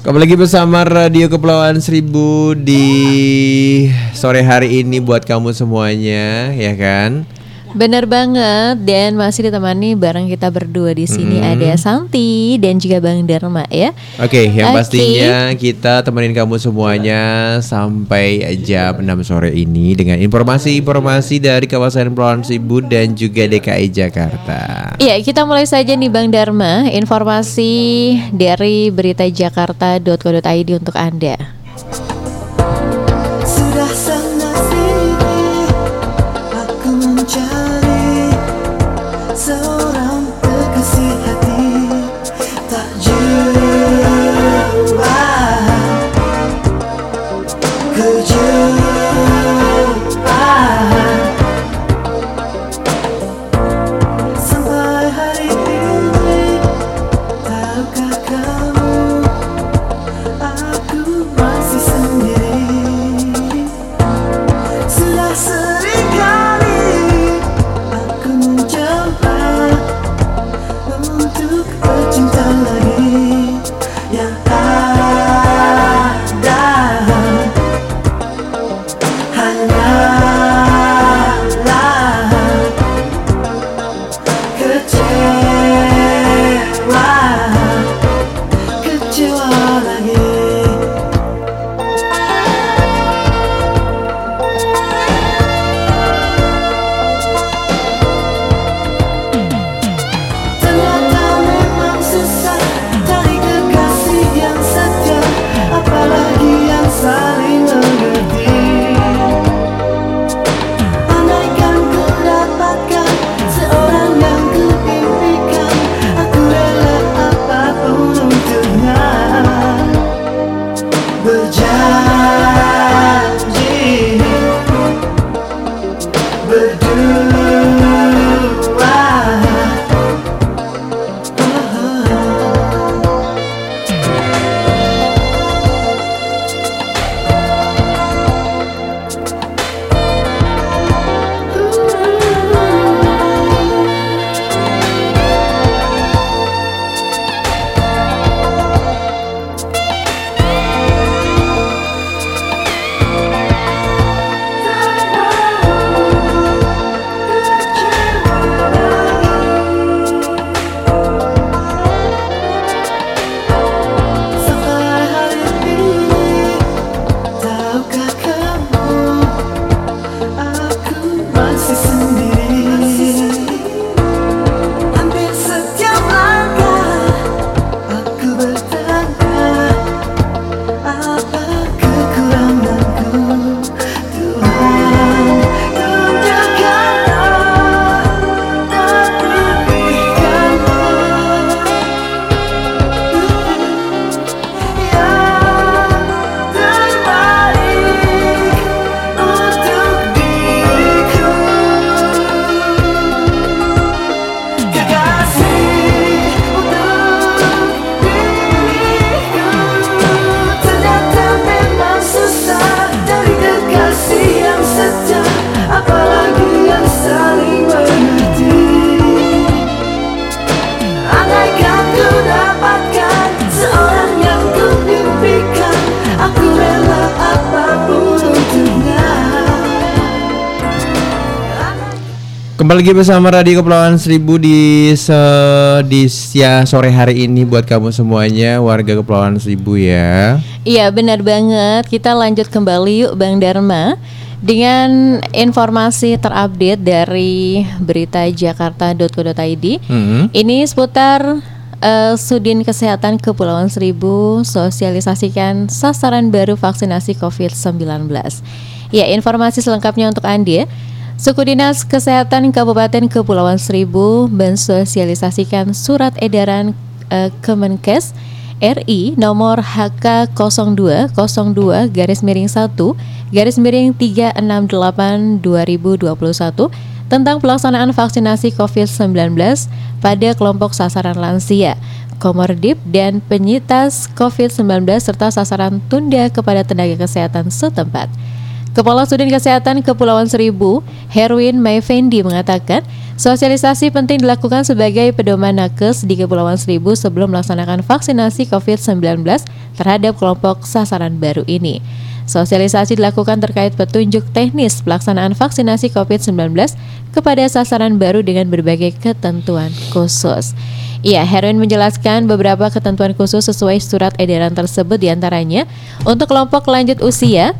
Kembali lagi bersama Radio Kepulauan Seribu di sore hari ini buat kamu semuanya, ya kan? Bener banget, dan masih ditemani bareng kita berdua di sini hmm. ada Santi dan juga Bang Dharma ya. Oke, okay, yang okay. pastinya kita temenin kamu semuanya sampai jam enam sore ini dengan informasi-informasi dari kawasan Kepulauan Seribu dan juga D K I Jakarta. Iya, kita mulai saja nih Bang Dharma, informasi dari berita jakarta dot co dot i d untuk Anda. Sudah sana sini aku mencari seorang kekasih hati tak jua kejauhan. Sampai hari ini tahukah kamu aku masih sendiri. Sudah sering kali aku mencoba untuk bercinta lagi, yang ada hanyalah kecewa, kecewa lagi. Ternyata memang susah cari kekasih yang setia, apalagi yang saling mengerti. Andaikan ku dapatkan seorang yang ku impikan, aku rela apapun untuknya. Berjanji berdua. Sampai hari ini tahukah kamu aku masih sendiri. Hampir setiap langkah aku bertanya, apa kekuranganku? Tuhan, tunjukkanlah dan berikanlah yang terbaik untuk diriku. Kekasih untuk diriku. Ternyata memang susah cari kekasih yang setia, apalagi yang saling mengerti. Andaikan ku dapatkan seorang yang ku impikan, aku rela apapun untuknya. Kembali lagi bersama Radio Kepulauan Seribu di se- di ya, sore hari ini buat kamu semuanya warga Kepulauan Seribu ya. Iya benar banget, kita lanjut kembali yuk Bang Dharma dengan informasi terupdate dari berita jakarta dot co dot i d. Hmm. Ini seputar uh, Sudin Kesehatan Kepulauan Seribu sosialisasikan sasaran baru vaksinasi covid sembilan belas. Ya, informasi selengkapnya untuk Anda. Suku Dinas Kesehatan Kabupaten Kepulauan Seribu mensosialisasikan surat edaran uh, Kemenkes R I nomor H K nol dua nol dua garis miring satu garis miring tiga enam delapan dua ribu dua puluh satu tentang pelaksanaan vaksinasi covid sembilan belas pada kelompok sasaran lansia, komorbid dan penyintas covid sembilan belas serta sasaran tunda kepada tenaga kesehatan setempat. Kepala Sudin Kesehatan Kepulauan Seribu, Herwin Maifendi mengatakan, sosialisasi penting dilakukan sebagai pedoman nakes di Kepulauan Seribu sebelum melaksanakan vaksinasi covid sembilan belas terhadap kelompok sasaran baru ini. Sosialisasi dilakukan terkait petunjuk teknis pelaksanaan vaksinasi covid sembilan belas kepada sasaran baru dengan berbagai ketentuan khusus. Ya, Herwin menjelaskan beberapa ketentuan khusus sesuai surat edaran tersebut, diantaranya untuk kelompok lanjut usia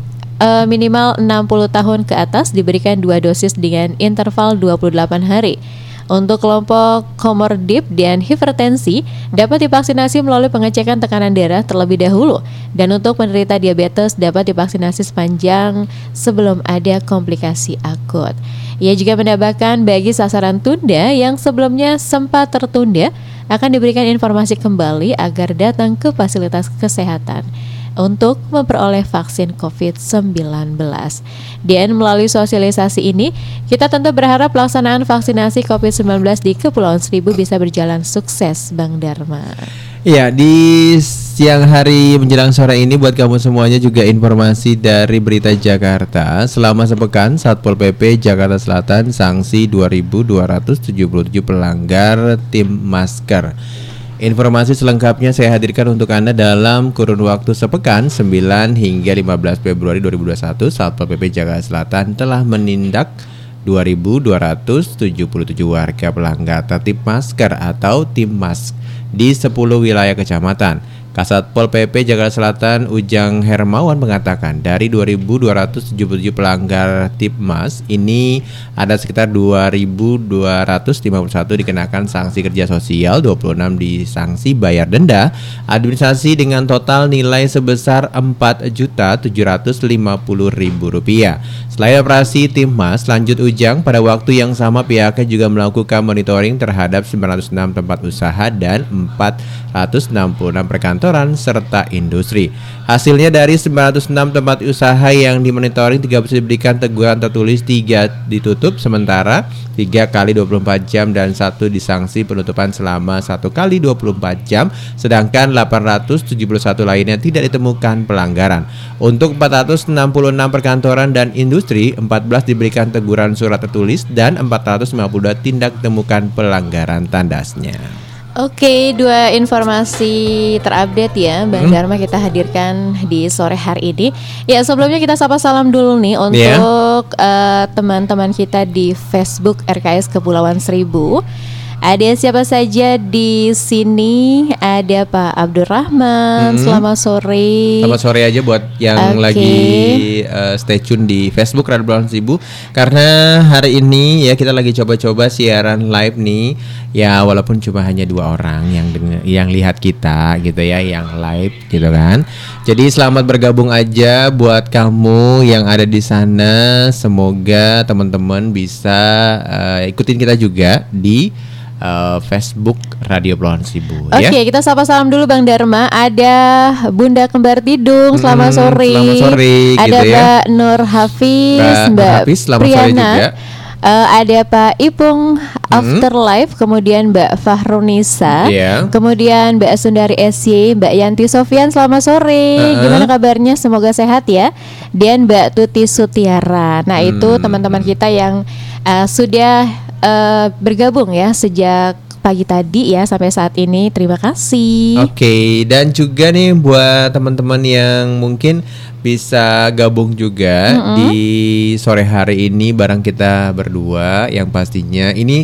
uh, minimal enam puluh tahun ke atas diberikan dua dosis dengan interval dua puluh delapan hari. Untuk kelompok komorbid dan hipertensi dapat divaksinasi melalui pengecekan tekanan darah terlebih dahulu, dan untuk penderita diabetes dapat divaksinasi sepanjang sebelum ada komplikasi akut. Ia juga menambahkan bagi sasaran tunda yang sebelumnya sempat tertunda akan diberikan informasi kembali agar datang ke fasilitas kesehatan untuk memperoleh vaksin covid sembilan belas. Dan melalui sosialisasi ini, kita tentu berharap pelaksanaan vaksinasi covid sembilan belas di Kepulauan Seribu bisa berjalan sukses, Bang Dharma. Ya, di siang hari menjelang sore ini buat kamu semuanya juga informasi dari Berita Jakarta. Selama sepekan, Satpol P P Jakarta Selatan sanksi dua ribu dua ratus tujuh puluh tujuh pelanggar tim masker. Informasi selengkapnya saya hadirkan untuk Anda dalam kurun waktu sepekan sembilan hingga lima belas Februari dua ribu dua puluh satu. Satpol P P Jakarta Selatan telah menindak dua ribu dua ratus tujuh puluh tujuh warga pelanggar tertib masker atau tim mask di sepuluh wilayah kecamatan. Kasatpol P P Jakarta Selatan Ujang Hermawan mengatakan dari dua ribu dua ratus tujuh puluh tujuh pelanggar Tipmas ini ada sekitar dua ribu dua ratus lima puluh satu dikenakan sanksi kerja sosial, dua puluh enam disanksi bayar denda administrasi dengan total nilai sebesar empat juta tujuh ratus lima puluh ribu rupiah. Selain operasi Tipmas, lanjut Ujang pada waktu yang sama pihaknya juga melakukan monitoring terhadap sembilan ratus enam tempat usaha dan empat ratus enam puluh enam perkantoran serta industri. Hasilnya dari sembilan ratus enam tempat usaha yang dimonitoring, tiga belas diberikan teguran tertulis, tiga ditutup sementara tiga kali dua puluh empat jam dan satu disanksi penutupan selama satu kali dua puluh empat jam, sedangkan delapan ratus tujuh puluh satu lainnya tidak ditemukan pelanggaran. Untuk empat ratus enam puluh enam perkantoran dan industri, empat belas diberikan teguran surat tertulis dan empat ratus lima puluh dua tindak temukan pelanggaran tandasnya. Oke, dua informasi terupdate ya Bang hmm. Dharma kita hadirkan di sore hari ini. Ya, sebelumnya kita sapa salam dulu nih untuk yeah. uh, teman-teman kita di Facebook R K S Kepulauan Seribu. Ada siapa saja di sini? Ada Pak Abdurrahman. Hmm. Selamat sore. Selamat sore aja buat yang okay. lagi uh, stay tune di Facebook Radio Kepulauan Seribu. Karena hari ini ya kita lagi coba-coba siaran live nih. Ya walaupun cuma hanya dua orang yang denger, yang lihat kita gitu ya, yang live gitu kan. Jadi selamat bergabung aja buat kamu yang ada di sana. Semoga teman-teman bisa uh, ikutin kita juga di Uh, Facebook Radio Kepulauan Seribu. Oke, okay, ya? Kita sapa salam dulu Bang Dharma. Ada Bunda Kembar Tidung, selamat hmm, sore. Selamat sore. Ada gitu Mbak ya. Nur Hafiz, Mbak, Mbak Hafiz, selamat Priana. sore juga. Uh, ada Pak Ipung Afterlife, hmm. kemudian Mbak Fahrunisa, yeah. kemudian Mbak Sundari S Y, Mbak Yanti Sofian, selamat sore. Uh-huh. Gimana kabarnya? Semoga sehat ya. Dan Mbak Tuti Sutiara. Nah hmm. itu teman-teman kita yang uh, sudah Uh, bergabung ya sejak pagi tadi ya sampai saat ini. Terima kasih. Oke, okay, dan juga nih buat teman-teman yang mungkin bisa gabung juga mm-hmm. di sore hari ini bareng kita berdua, yang pastinya ini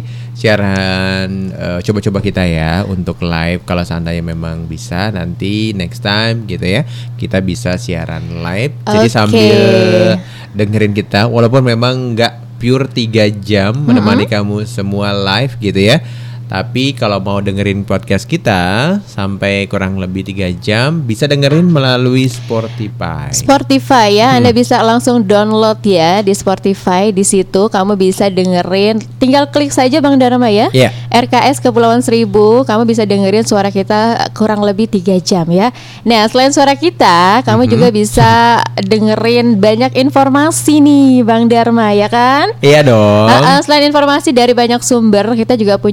siaran uh, coba-coba kita ya untuk live. Kalau seandainya memang bisa nanti next time gitu ya, kita bisa siaran live. Jadi okay. sambil dengerin kita, walaupun memang nggak pure tiga jam menemani mm-hmm. kamu semua live gitu ya. Tapi kalau mau dengerin podcast kita sampai kurang lebih tiga jam, bisa dengerin melalui Spotify. Spotify ya, hmm. Anda bisa langsung download ya di Spotify. Di situ kamu bisa dengerin, tinggal klik saja Bang Dharma ya, yeah. R K S Kepulauan Seribu. Kamu bisa dengerin suara kita kurang lebih tiga jam ya. Nah selain suara kita, kamu mm-hmm. juga bisa dengerin banyak informasi nih Bang Dharma ya kan? Iya dong. uh, uh, Selain informasi dari banyak sumber, kita juga punya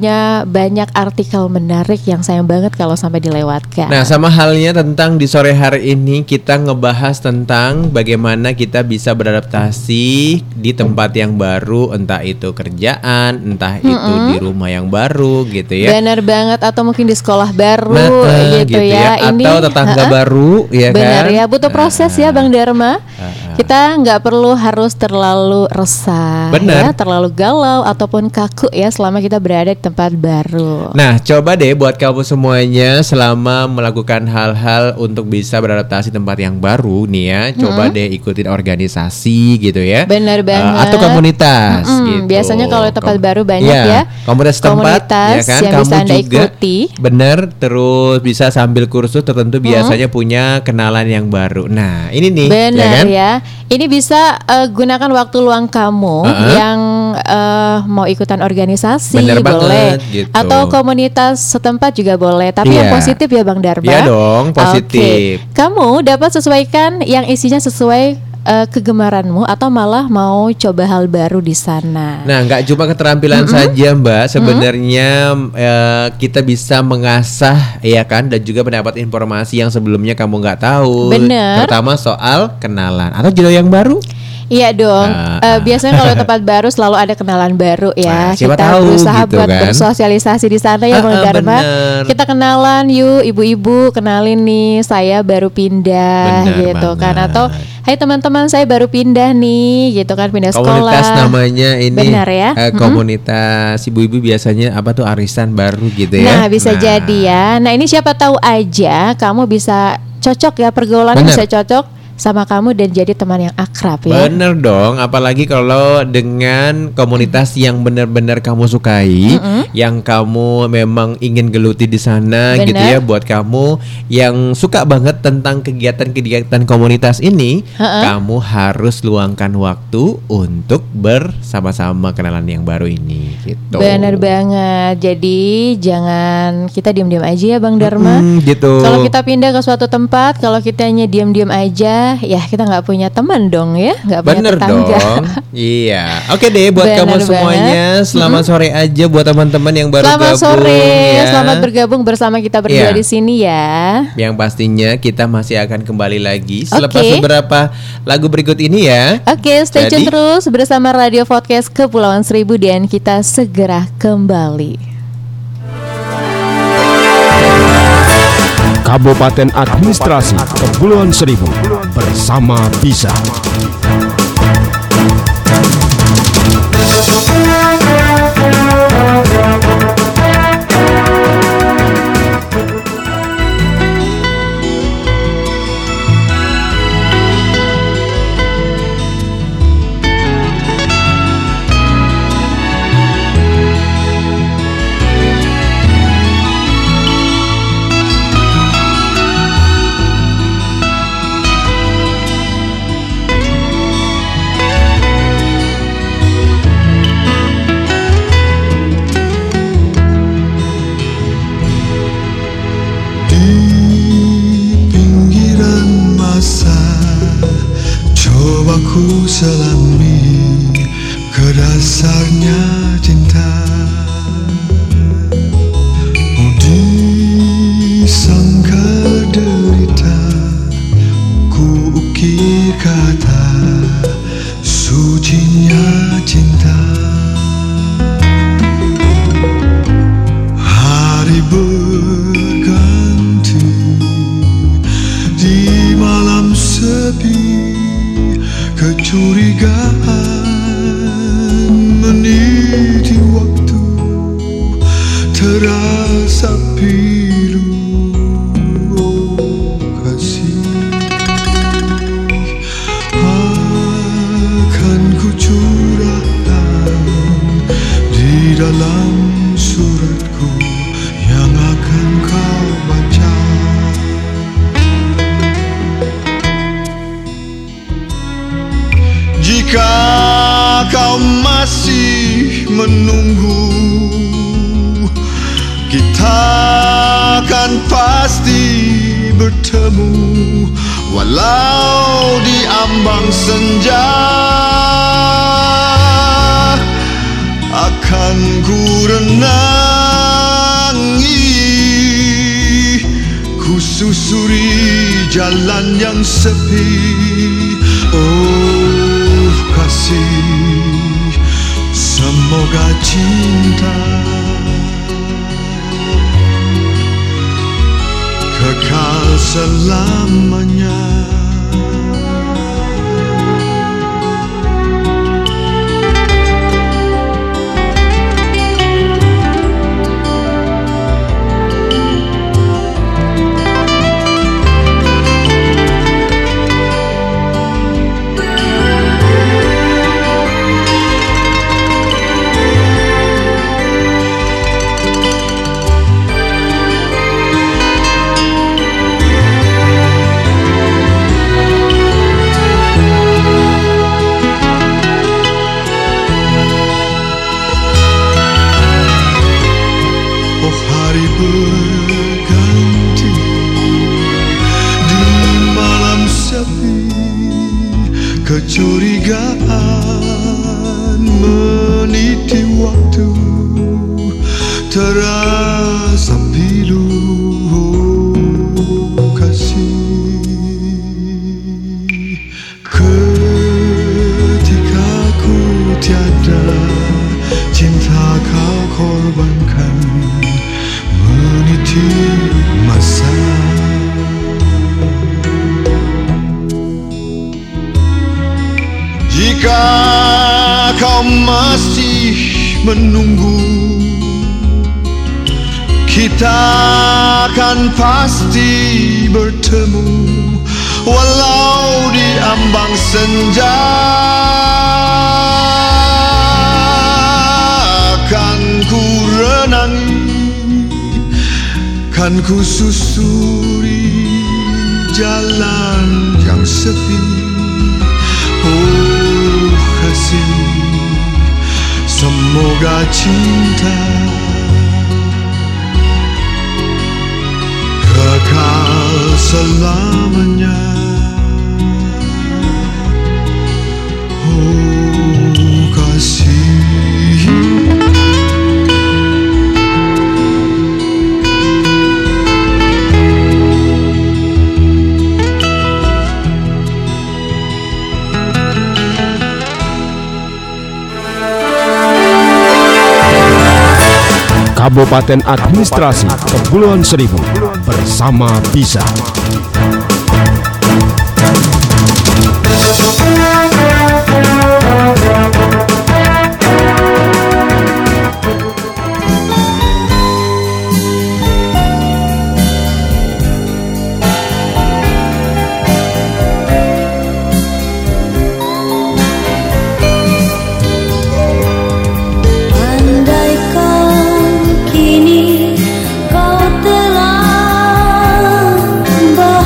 banyak artikel menarik yang sayang banget kalau sampai dilewatkan. Nah, sama halnya tentang di sore hari ini kita ngebahas tentang bagaimana kita bisa beradaptasi di tempat yang baru, entah itu kerjaan, entah Mm-mm. itu di rumah yang baru gitu ya. Benar banget, atau mungkin di sekolah baru Nah, gitu, ya. Ini atau tetangga uh-uh. baru ya Benar kan. ya, butuh proses ya Bang Dharma. Uh-uh. Kita nggak perlu harus terlalu resah, Benar. ya, terlalu galau ataupun kaku ya selama kita berada di tempat baru. Nah, coba deh buat kamu semuanya selama melakukan hal-hal untuk bisa beradaptasi tempat yang baru nih ya, coba deh ikutin organisasi gitu ya. Benar Uh, banget. atau komunitas Mm-mm, gitu. biasanya kalau di tempat Kom- baru banyak ya, komunitas tempat komunitas ya kan, yang kamu bisa Anda juga ikuti. bener, terus bisa sambil kursus tertentu biasanya punya kenalan yang baru. Nah, ini nih Benar ya kan? ya. Ini bisa uh, gunakan waktu luang kamu Uh-uh. yang uh, mau ikutan organisasi, Bener boleh, banget, gitu. atau komunitas setempat juga boleh. Tapi yang Iya. positif ya Bang Dharma. Iya dong, positif. Oke. Kamu dapat sesuaikan yang isinya sesuai uh, kegemaranmu, atau malah mau coba hal baru di sana. Nah, nggak cuma keterampilan saja, Mbak. Sebenarnya eh, kita bisa mengasah, ya kan, dan juga mendapat informasi yang sebelumnya kamu nggak tahu. Bener. Terutama soal kenalan atau jodoh yang baru. Iya dong. Ah, Eh, ah. biasanya kalau tempat baru selalu ada kenalan baru Nah, ya. siapa kita tahu berusaha gitu buat kan. bersosialisasi di sana ya Ah, Bang ah, Dharma. bener. Kita kenalan yuk, ibu-ibu kenalin nih, saya baru pindah Bener gitu kan. banget. Atau hai teman-teman, saya baru pindah nih gitu kan, pindah Komunitas sekolah. namanya ini. Benar ya. eh, Mm-mm. komunitas ibu-ibu biasanya apa tuh, arisan baru gitu ya. Nah, bisa jadi ya. Nah, ini siapa tahu aja kamu bisa cocok ya, pergaulannya Bener. bisa cocok sama kamu dan jadi teman yang akrab ya. Bener dong, apalagi kalau dengan komunitas yang benar-benar kamu sukai, yang kamu memang ingin geluti di sana Bener. gitu ya. Buat kamu yang suka banget tentang kegiatan-kegiatan komunitas ini, Ha-ha. kamu harus luangkan waktu untuk bersama-sama kenalan yang baru ini gitu. Benar banget. Jadi jangan kita diam-diam aja ya Bang Dharma. Hmm, gitu. Kalau kita pindah ke suatu tempat, kalau kitanya diam-diam aja, ya kita nggak punya teman dong ya, nggak punya Bener tetangga. dong. Iya. Oke deh buat Bener kamu banget. semuanya, selamat sore aja buat teman-teman yang baru Selamat gabung sore, ya. selamat bergabung bersama kita berdua Iya. di sini ya. Yang pastinya kita masih akan kembali lagi selepas Oke. beberapa lagu berikut ini ya. Oke, stay tune Jadi- terus bersama Radio Podcast Kepulauan Seribu dan kita segera kembali. Kabupaten Administrasi Kepulauan Seribu bersama Bisa. Pinggiran masa coba ku selami ke dasarnya cinta. Oh, disangka derita ku ukir kata sucinya cinta. Hari berganti di malam sepi, kecurigaan meniti waktu, terasa pilu. Oh kasih, akan ku curahkan di dalam suratku yang akan kau baca. Jika kau masih menunggu, kita akan pasti bertemu, walau di ambang senja. Akan ku renang susuri jalan yang sepi. Oh kasih, semoga cinta kekal selamanya. Hari berganti di malam sepi, kecurigaan meniti waktu, terasa pilu. Oh, kasih, ketika ku tiada, cinta kau korbankan meniti masa. Jika kau masih menunggu, kita akan pasti bertemu, walau di ambang senja. Akan ku renangi, kan ku susuri jalan yang sepi. Oh kasih, semoga cinta kekal selamanya. Oh kasih. Kabupaten Administrasi Kepulauan Seribu bersama Bisa. Andaikan kini kau telah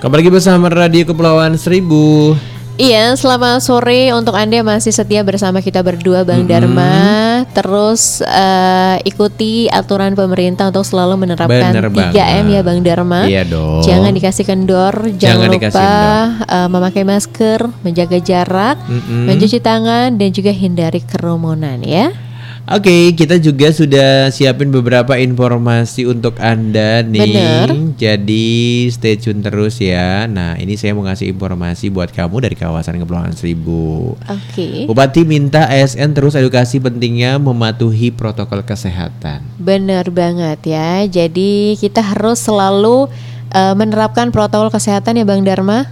Kembali lagi bersama Radio Kepulauan Seribu. Iya, selamat sore untuk Anda yang masih setia bersama kita berdua, Bang mm-hmm. Dharma. Terus uh, ikuti aturan pemerintah untuk selalu menerapkan Bener tiga M ya, Bang Dharma. Iya dong. Jangan dikasih kendor, jangan, jangan lupa uh, memakai masker, menjaga jarak, mm-hmm. mencuci tangan, dan juga hindari kerumunan ya. Oke, okay, kita juga sudah siapin beberapa informasi untuk Anda nih. Bener. Jadi stay tune terus ya. Nah, ini saya mau ngasih informasi buat kamu dari kawasan Kepulauan Seribu. Oke. Okay. Bupati minta A S N terus edukasi pentingnya mematuhi protokol kesehatan. Bener banget ya. Jadi kita harus selalu uh, menerapkan protokol kesehatan ya, Bang Dharma.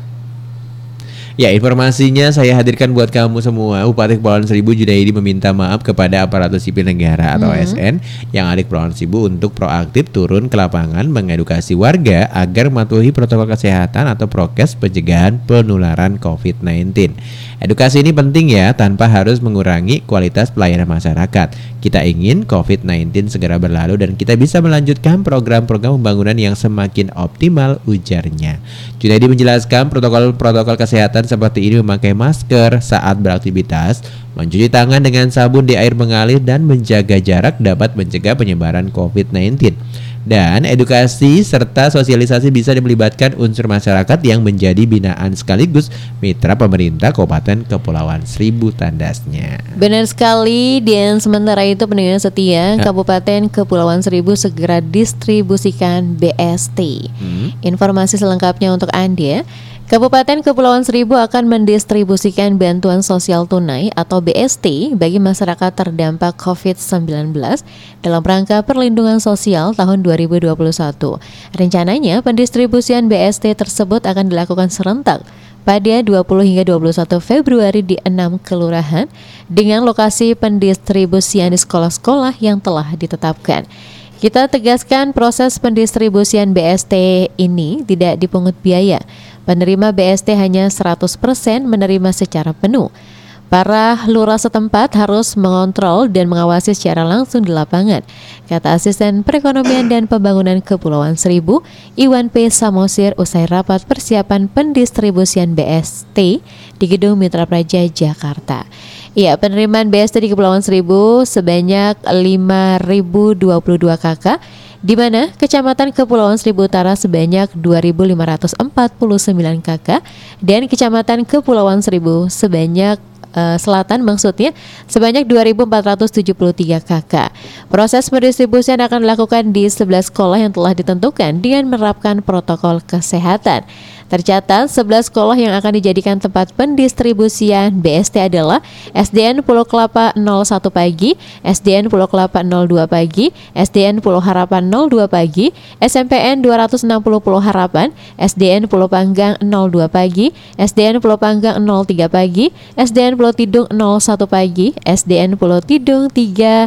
Ya, informasinya saya hadirkan buat kamu semua. Bupati Kepulauan Seribu Junaidi meminta maaf kepada aparatur sipil negara atau mm-hmm. A S N yang ada di Kepulauan Seribu untuk proaktif turun ke lapangan mengedukasi warga agar mematuhi protokol kesehatan atau prokes pencegahan penularan covid sembilan belas. Edukasi ini penting ya, tanpa harus mengurangi kualitas pelayanan masyarakat. Kita ingin covid sembilan belas segera berlalu dan kita bisa melanjutkan program-program pembangunan yang semakin optimal, ujarnya. Junaidi menjelaskan protokol-protokol kesehatan seperti ini memakai masker saat beraktivitas, mencuci tangan dengan sabun di air mengalir, dan menjaga jarak dapat mencegah penyebaran covid sembilan belas. Dan edukasi serta sosialisasi bisa melibatkan unsur masyarakat yang menjadi binaan sekaligus mitra pemerintah Kabupaten Kepulauan Seribu, tandasnya. Benar sekali. Dan sementara itu pendengar setia, ha? Kabupaten Kepulauan Seribu segera distribusikan B S T. Hmm? Informasi selengkapnya untuk Anda. Kabupaten Kepulauan Seribu akan mendistribusikan bantuan sosial tunai atau B S T bagi masyarakat terdampak covid sembilan belas dalam rangka perlindungan sosial tahun dua ribu dua puluh satu. Rencananya pendistribusian B S T tersebut akan dilakukan serentak pada dua puluh hingga dua puluh satu Februari di enam kelurahan dengan lokasi pendistribusian di sekolah-sekolah yang telah ditetapkan. Kita tegaskan proses pendistribusian B S T ini tidak dipungut biaya. Penerima B S T hanya seratus persen menerima secara penuh. Para lurah setempat harus mengontrol dan mengawasi secara langsung di lapangan, kata Asisten Perekonomian dan Pembangunan Kepulauan Seribu, Iwan P. Samosir, usai rapat persiapan pendistribusian B S T di Gedung Mitra Praja, Jakarta. Ya, penerimaan B S T di Kepulauan Seribu sebanyak lima ribu dua puluh dua kakak, di mana Kecamatan Kepulauan Seribu Utara sebanyak dua ribu lima ratus empat puluh sembilan kakak dan Kecamatan Kepulauan Seribu sebanyak uh, Selatan maksudnya sebanyak dua ribu empat ratus tujuh puluh tiga kakak. Proses pendistribusian akan dilakukan di sebelas sekolah yang telah ditentukan dengan menerapkan protokol kesehatan. Tercatat sebelas sekolah yang akan dijadikan tempat pendistribusian B S T adalah S D N Pulau Kelapa nol satu pagi, S D N Pulau Kelapa nol dua pagi, S D N Pulau Harapan nol dua pagi, S M P N dua ratus enam puluh Pulau Harapan, S D N Pulau Panggang nol dua pagi, S D N Pulau Panggang nol tiga pagi, S D N Pulau Tidung nol satu pagi, S D N Pulau Tidung tiga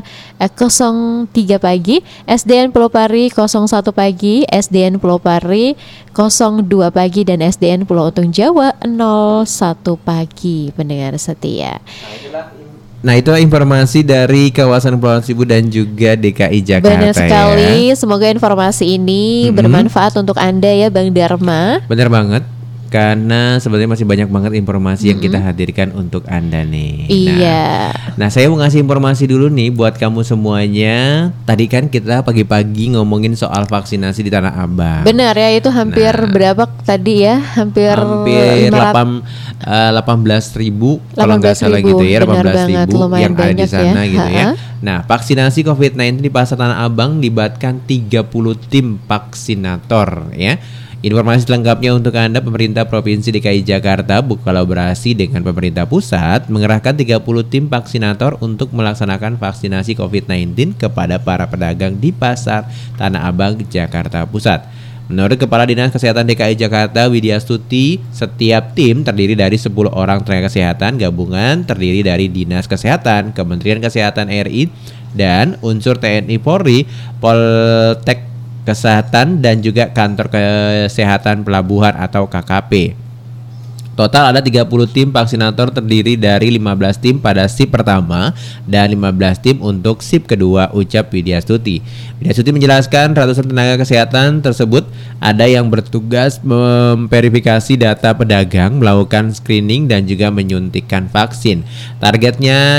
nol tiga pagi, S D N Pulau Pari nol satu pagi, S D N Pulau Pari nol dua pagi, dan S D N Pulau Untung Jawa nol satu pagi, pendengar setia. Nah, itu informasi dari kawasan Kepulauan Seribu dan juga D K I Jakarta. Benar sekali, ya. Semoga informasi ini mm-hmm. bermanfaat untuk Anda ya, Bang Dharma. Benar banget. Karena sebenarnya masih banyak banget informasi yang kita hadirkan untuk Anda nih. Iya. Nah, nah, saya mau ngasih informasi dulu nih buat kamu semuanya. Tadi kan kita pagi-pagi ngomongin soal vaksinasi di Tanah Abang. Benar ya, itu hampir nah, berapa tadi ya? Hampir hampir delapan belas ribu kalau nggak salah gitu ya, delapan belas ribu yang ada di sana ya. gitu ya. Nah, vaksinasi covid sembilan belas di Pasar Tanah Abang melibatkan tiga puluh tim vaksinator ya. Informasi lengkapnya untuk Anda, pemerintah Provinsi D K I Jakarta berkolaborasi dengan pemerintah pusat mengerahkan tiga puluh tim vaksinator untuk melaksanakan vaksinasi covid sembilan belas kepada para pedagang di Pasar Tanah Abang, Jakarta Pusat. Menurut Kepala Dinas Kesehatan D K I Jakarta, Widya Stuti, setiap tim terdiri dari sepuluh orang tenaga kesehatan gabungan terdiri dari Dinas Kesehatan, Kementerian Kesehatan R I, dan unsur T N I Polri, Poltek Kesehatan, dan juga Kantor Kesehatan Pelabuhan atau K K P. Total ada tiga puluh tim vaksinator terdiri dari lima belas tim pada shift pertama dan lima belas tim untuk shift kedua, ucap Widyastuti. Widyastuti menjelaskan ratusan tenaga kesehatan tersebut ada yang bertugas memverifikasi data pedagang, melakukan screening dan juga menyuntikkan vaksin. Targetnya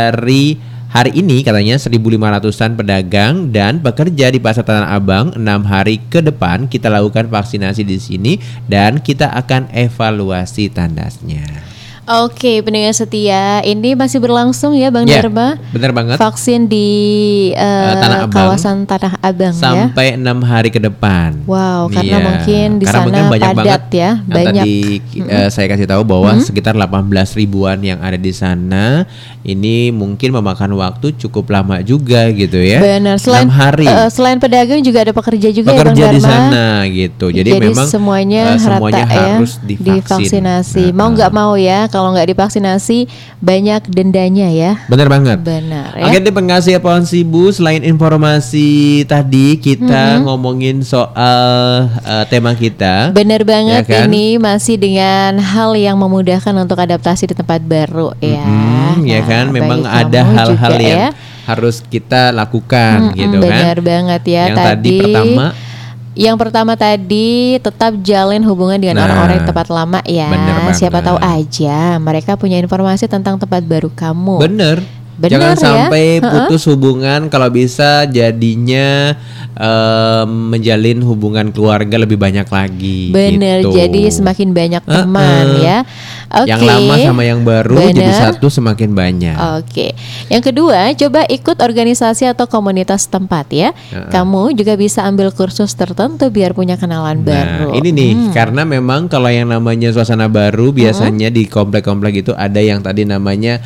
dari hari ini katanya seribu lima ratusan pedagang dan pekerja di Pasar Tanah Abang. Enam hari ke depan kita lakukan vaksinasi di sini dan kita akan evaluasi tandasnya. Oke, pendengar setia, ini masih berlangsung ya Bang Ya, Dharma? bener banget. Vaksin di uh, Uh, Tanah Abang. kawasan Tanah Abang ya. Sampai enam hari ke depan. Wow, Nih karena ya. mungkin di Karena sana mungkin banyak padat banget ya, yang banyak. Tadi uh, saya kasih tahu bahwa sekitar delapan belas ribuan yang ada di sana. Ini mungkin memakan waktu cukup lama juga gitu ya. Benar. Selain enam hari. uh, selain pedagang juga ada pekerja juga Pekerja ya Bang di Dharma. sana gitu. Jadi, Jadi memang semuanya, uh, semuanya rata harus ya, divaksin. divaksinasi. Nah, Mau uh. nggak mau ya, kalau nggak divaksinasi banyak dendanya ya. Benar banget. Benar ya. Oke, terima kasih Pohon Sibu. Selain informasi tadi, kita Mm-hmm. ngomongin soal uh, tema kita. Benar banget, Ya kan? ini masih dengan hal yang memudahkan untuk adaptasi di tempat baru ya. Hmm, ya Nah, kan, memang bagi ada kamu hal-hal juga yang ya. harus kita lakukan Mm-mm, gitu kan. benar banget ya. Yang tadi pertama, Yang pertama tadi tetap jalin hubungan dengan Nah, orang-orang di tempat lama ya. bener banget. Siapa tahu aja mereka punya informasi tentang tempat baru kamu. bener. Bener Jangan ya? sampai Ha-ha. putus hubungan, kalau bisa jadinya em, menjalin hubungan keluarga lebih banyak lagi. Bener, gitu. jadi semakin banyak teman Uh-uh. ya. Oke. Yang lama sama yang baru jadi Bener. satu semakin banyak. Oke. Yang kedua, coba ikut organisasi atau komunitas tempat ya. Uh-uh. Kamu juga bisa ambil kursus tertentu biar punya kenalan baru. Nah, ini nih, Hmm. karena memang kalau yang namanya suasana baru biasanya di komplek-komplek itu ada yang tadi namanya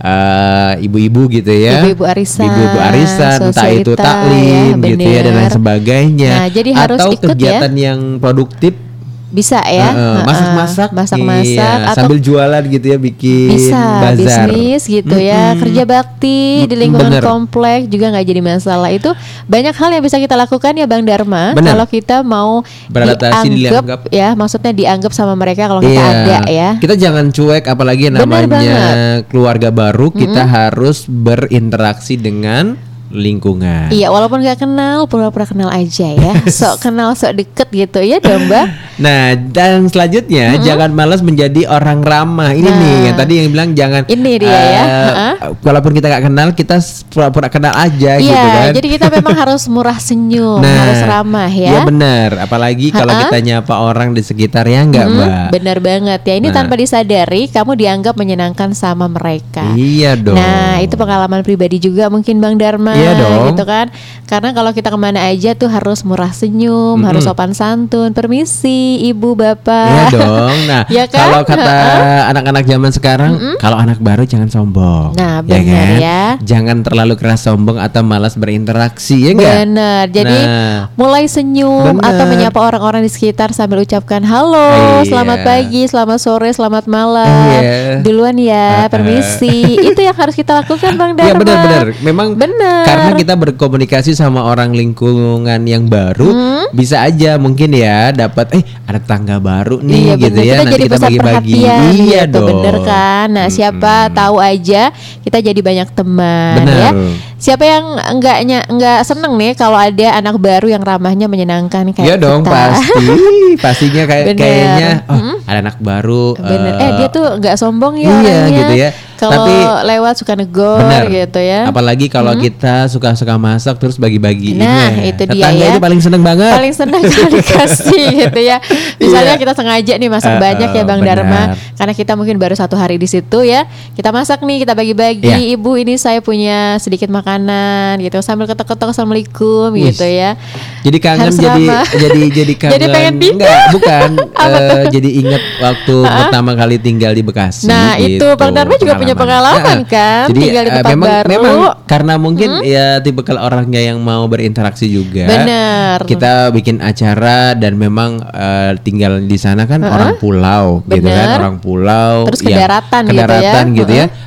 eh, ibu-ibu gitu ya. Ibu-ibu arisan, Ibu-ibu arisan, entah itu sosialita, taklim ya, gitu ya dan lain bener. sebagainya. Nah, jadi harus atau ikut ya. kegiatan yang produktif. Bisa ya. Heeh, Heeh. masak-masak, masak-masak iya, atau sambil jualan gitu ya, bikin bisa bazar. bisnis gitu ya, Mm-mm. kerja bakti di Mm-mm, lingkungan bener. komplek juga nggak jadi masalah. Itu banyak hal yang bisa kita lakukan ya Bang Dharma. Bener. Kalau kita mau Beradaptasi, dianggap dianggap. ya, maksudnya dianggap sama mereka kalau kita Iya. ada ya. Kita jangan cuek, apalagi Bener namanya banget. keluarga baru, kita harus berinteraksi dengan lingkungan. Iya, walaupun nggak kenal, pura-pura kenal aja ya. Sok kenal, sok deket gitu ya, domba. Nah, dan selanjutnya jangan malas menjadi orang ramah. Ini Nah. nih yang tadi yang bilang jangan. Ini dia ya. eh, Ha-ha. Walaupun kita nggak kenal, kita pura-pura kenal aja gitu Iya, kan. jadi kita memang harus murah senyum, harus ramah ya. Iya benar. Apalagi kalau Ha-ha. kita nyapa orang di sekitarnya, nggak Mm-mm, Mbak? bener banget ya. Ini Nah. tanpa disadari kamu dianggap menyenangkan sama mereka. Iya dong. Nah, itu pengalaman pribadi juga mungkin Bang Dharma. Iya dong. Gitu kan. Karena kalau kita kemana aja tuh harus murah senyum, Mm-mm. harus sopan santun, permisi ibu Iya bapak. dong. Nah, Ya kan? kalau kata Ha-ha. anak-anak zaman sekarang, kalau anak baru jangan sombong. Nah, ya benar kan? ya. Jangan terlalu keras sombong atau malas berinteraksi, ya enggak? Bener. Jadi Nah. mulai senyum Bener. atau menyapa orang-orang di sekitar sambil ucapkan halo, Iya. selamat pagi, selamat sore, selamat malam. Iya. Duluan ya, Uh-uh. permisi. Itu yang harus kita lakukan Bang Dharma. Iya benar-benar. Memang Bener. karena kita berkomunikasi sama orang lingkungan yang baru, bisa aja mungkin ya dapat eh ada tetangga baru nih Iya gitu bener, ya. kita Nanti jadi kita pusat bagi-bagi. perhatian Iya gitu, dong. bener kan. Nah siapa tahu aja kita jadi banyak teman Bener. ya. Siapa yang enggaknya enggak seneng nih kalau ada anak baru yang ramahnya menyenangkan kayak Iya dong kita. pasti. Pastinya kayak Bener. kayaknya oh ada anak baru. Bener. eh, Eh dia tuh nggak sombong ya iya, orangnya. gitu ya. Kalau Tapi lewat suka negor benar. gitu ya. Apalagi kalau kita suka-suka masak terus bagi-bagi. Nah, Iya. itu dia Tetangga ya. itu paling seneng banget. Paling senang kalau dikasih gitu ya. Misalnya Iya. kita sengaja nih masak Uh, banyak ya Bang benar. Dharma, karena kita mungkin baru satu hari di situ ya. Kita masak nih, kita bagi-bagi. Iya. Ibu ini saya punya sedikit makanan gitu sambil ketok-ketok assalamualaikum Wih. gitu ya. Jadi kangen Harus jadi ramah. jadi jadi kangen. Jadi pengen pindah. Enggak, bukan. Apa Eh, tuh? jadi ingat waktu pertama kali tinggal di Bekasi. Nah, itu gitu, Bang Dharma juga punya pengalaman Nah, kan, Jadi tinggal di eh, tempat memang baru. memang karena mungkin ya tipikal orangnya yang mau berinteraksi juga. Bener. Kita bikin acara dan memang eh, tinggal di sana kan orang pulau gitu kan, Bener. orang pulau Terus yang- kedaratan gitu ya. kedaratan gitu ya. Heeh.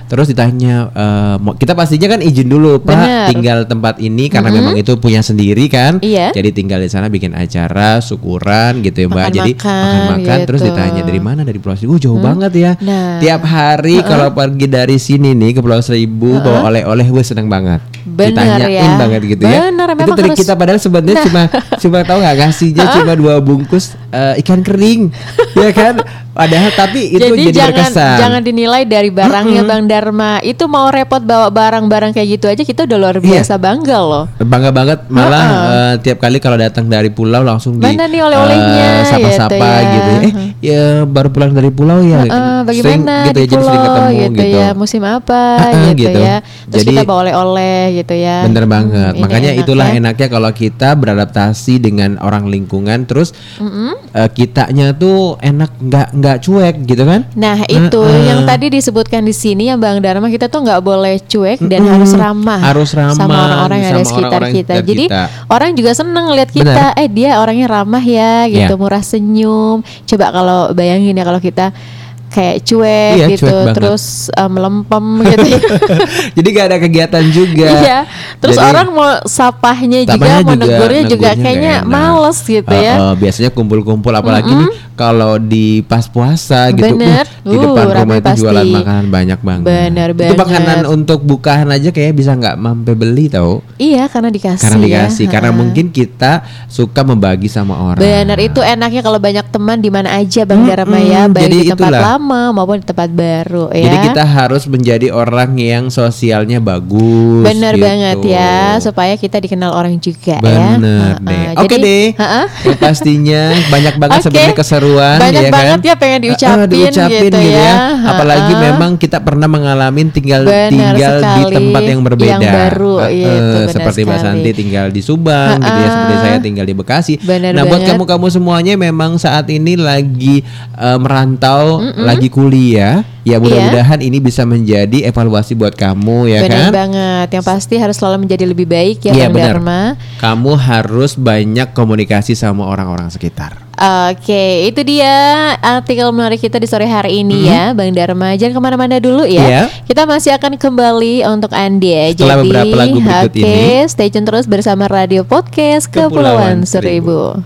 Terus ditanya uh, mau, kita pastinya kan izin dulu Pak Bener. tinggal tempat ini karena Mm-hmm. memang itu punya sendiri kan. Iya. Jadi tinggal di sana bikin acara syukuran gitu ya Mbak. Makan-makan, Jadi makan-makan terus gitu. ditanya dari mana, dari Pulau Seribu. Uh, jauh Hmm. banget ya. Nah. Tiap hari uh-uh. kalau pergi dari sini nih ke Pulau Seribu uh-uh. bawa oleh-oleh gue seneng banget. Bener Ditanyain ya. banget gitu ya. Bener, itu memang trik harus- kita padahal sebenarnya cuma cuma tahu nggak ngasihnya cuma dua bungkus uh, ikan kering ya kan. Padahal tapi itu jadi, jadi jangan berkesan. jangan dinilai dari barangnya Mm-mm. Bang Dharma. Itu mau repot bawa barang-barang kayak gitu aja kita udah luar Iya. biasa bangga loh. Bangga banget malah Uh-uh. uh, tiap kali kalau datang dari pulau langsung di Mana nih oleh-olehnya, uh, sapa-sapa gitu ya. gitu ya. Eh ya baru pulang dari pulau ya. Uh, Sering bagaimana gitu di ya, jadi sering pulau ketemu gitu, gitu. ya, musim apa Uh-uh, gitu, gitu. ya. Terus Jadi- kita bawa oleh-oleh gitu ya. Bener banget. Hmm, ini Makanya enak itulah ya. enaknya kalau kita beradaptasi dengan orang lingkungan terus uh, kitanya tuh enak nggak nggak cuek gitu kan? Nah itu Uh-uh. yang tadi disebutkan di sini ya Bang Dharma, kita tuh nggak boleh cuek dan Mm-mm. harus ramah, Harus ramah sama orang-orang yang ada sama sekitar orang-orang kita. sekitar Jadi kita. orang juga seneng lihat kita, Benar. eh dia orangnya ramah ya, gitu, Iya. murah senyum. Coba kalau bayangin ya kalau kita kayak cuek Iya, gitu, cuek banget. terus uh, melempem gitu. ya. Jadi gak ada kegiatan juga. Iya. Terus Jadi- orang mau sapahnya juga, Sapanya mau juga, negurnya juga negurnya kayaknya nggak enak. males gitu Uh, ya. uh, biasanya kumpul-kumpul apalagi nih kalau di pas puasa gitu. Bener. uh, di depan Uh, rumah rame itu pasti. jualan makanan banyak banget. Bener Itu banget. makanan untuk bukaan aja kayak bisa nggak mampu beli tau. Iya, karena dikasih. Karena dikasih, ya. karena Ha. mungkin kita suka membagi sama orang. Benar, itu enaknya kalau banyak teman di mana aja Bang Dharma ya, Mm-mm, baik jadi di tempat itulah. lama maupun di tempat baru ya. Jadi kita harus menjadi orang yang sosialnya bagus. Benar gitu. banget ya, supaya kita dikenal orang juga Bener ya. deh. Ha-ha. Oke Jadi- deh. Ha-ha. Ya, pastinya banyak banget Oke. sebenarnya keseruan. Banyak ya banget kan? ya pengen diucapin, Uh, uh, diucapin gitu gitu ya. ya. Apalagi Ha-ha. memang kita pernah mengalami tinggal Benar tinggal di sekali. tempat yang berbeda. Yang baru, Uh, iya, itu uh, benar seperti Mbak sekali. Santi tinggal di Subang gitu ya, Ha-ha. seperti saya tinggal di Bekasi. Benar nah, buat banget. kamu-kamu semuanya memang saat ini lagi uh, merantau, lagi kuliah. Ya mudah-mudahan ini bisa menjadi evaluasi buat kamu ya Benar kan. banget. Yang pasti harus selalu menjadi lebih baik ya Iya, Bang benar. Dharma. Kamu harus banyak komunikasi sama orang-orang sekitar. Oke, itu dia artikel menarik kita di sore hari ini ya, Bang Dharma. Jangan kemana-mana dulu ya. Iya. Kita masih akan kembali untuk Anda. Setelah Jadi, beberapa lagu berikut oke, ini. stay tune terus bersama Radio Podcast Kepulauan Kepulauan Seribu.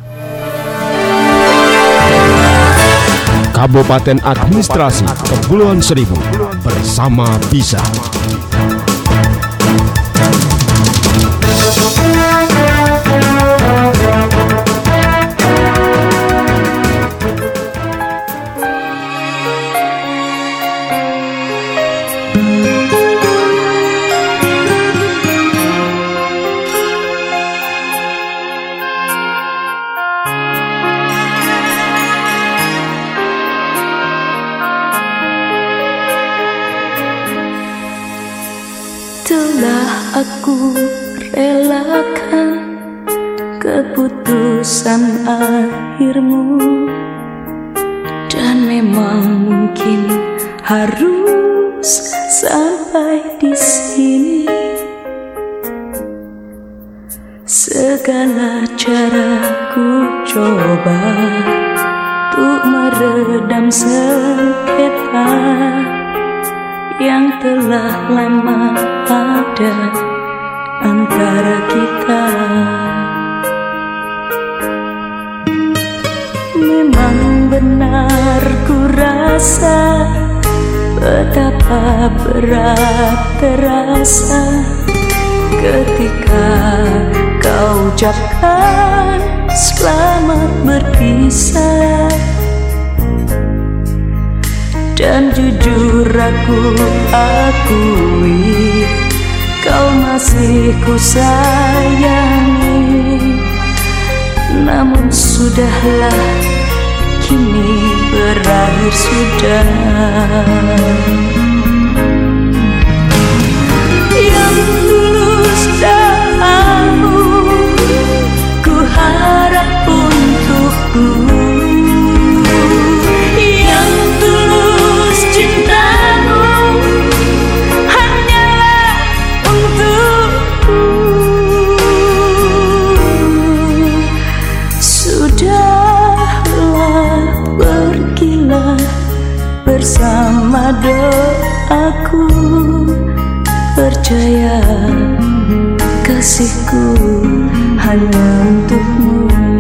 Kabupaten Administrasi Kepulauan Seribu bersama Bisa. Telah aku relakan keputusan akhirmu, dan memang mungkin harus sampai di sini. Segala cara ku coba untuk meredam sengketa yang telah lama ada antara kita. Memang benar ku rasa betapa berat terasa ketika kau ucapkan selamat berpisah. Dan jujur aku akui kau masih ku sayangi. Namun sudahlah, kini berakhir sudah. Yang tulus dahamu ku harap untukku, yang tulus cintamu hanyalah untukku. Sudahlah, pergilah bersama doa. kasihku hanya untukmu.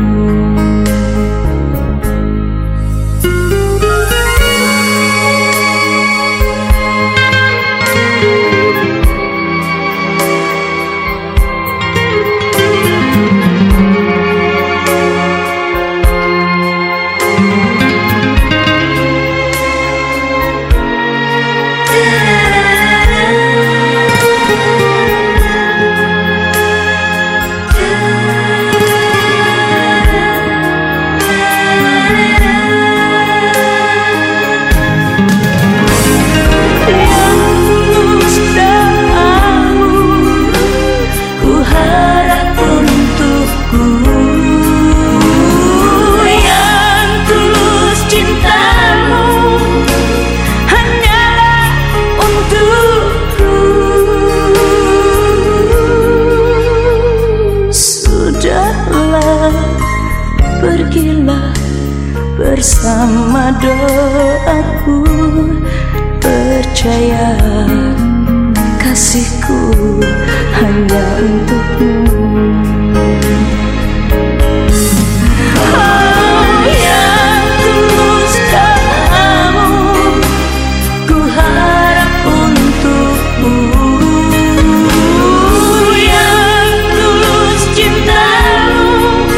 Pergilah bersama doaku, percaya kasihku hanya untukmu. Oh yang tulus kamu, ku harap untukmu. Yang tulus cintamu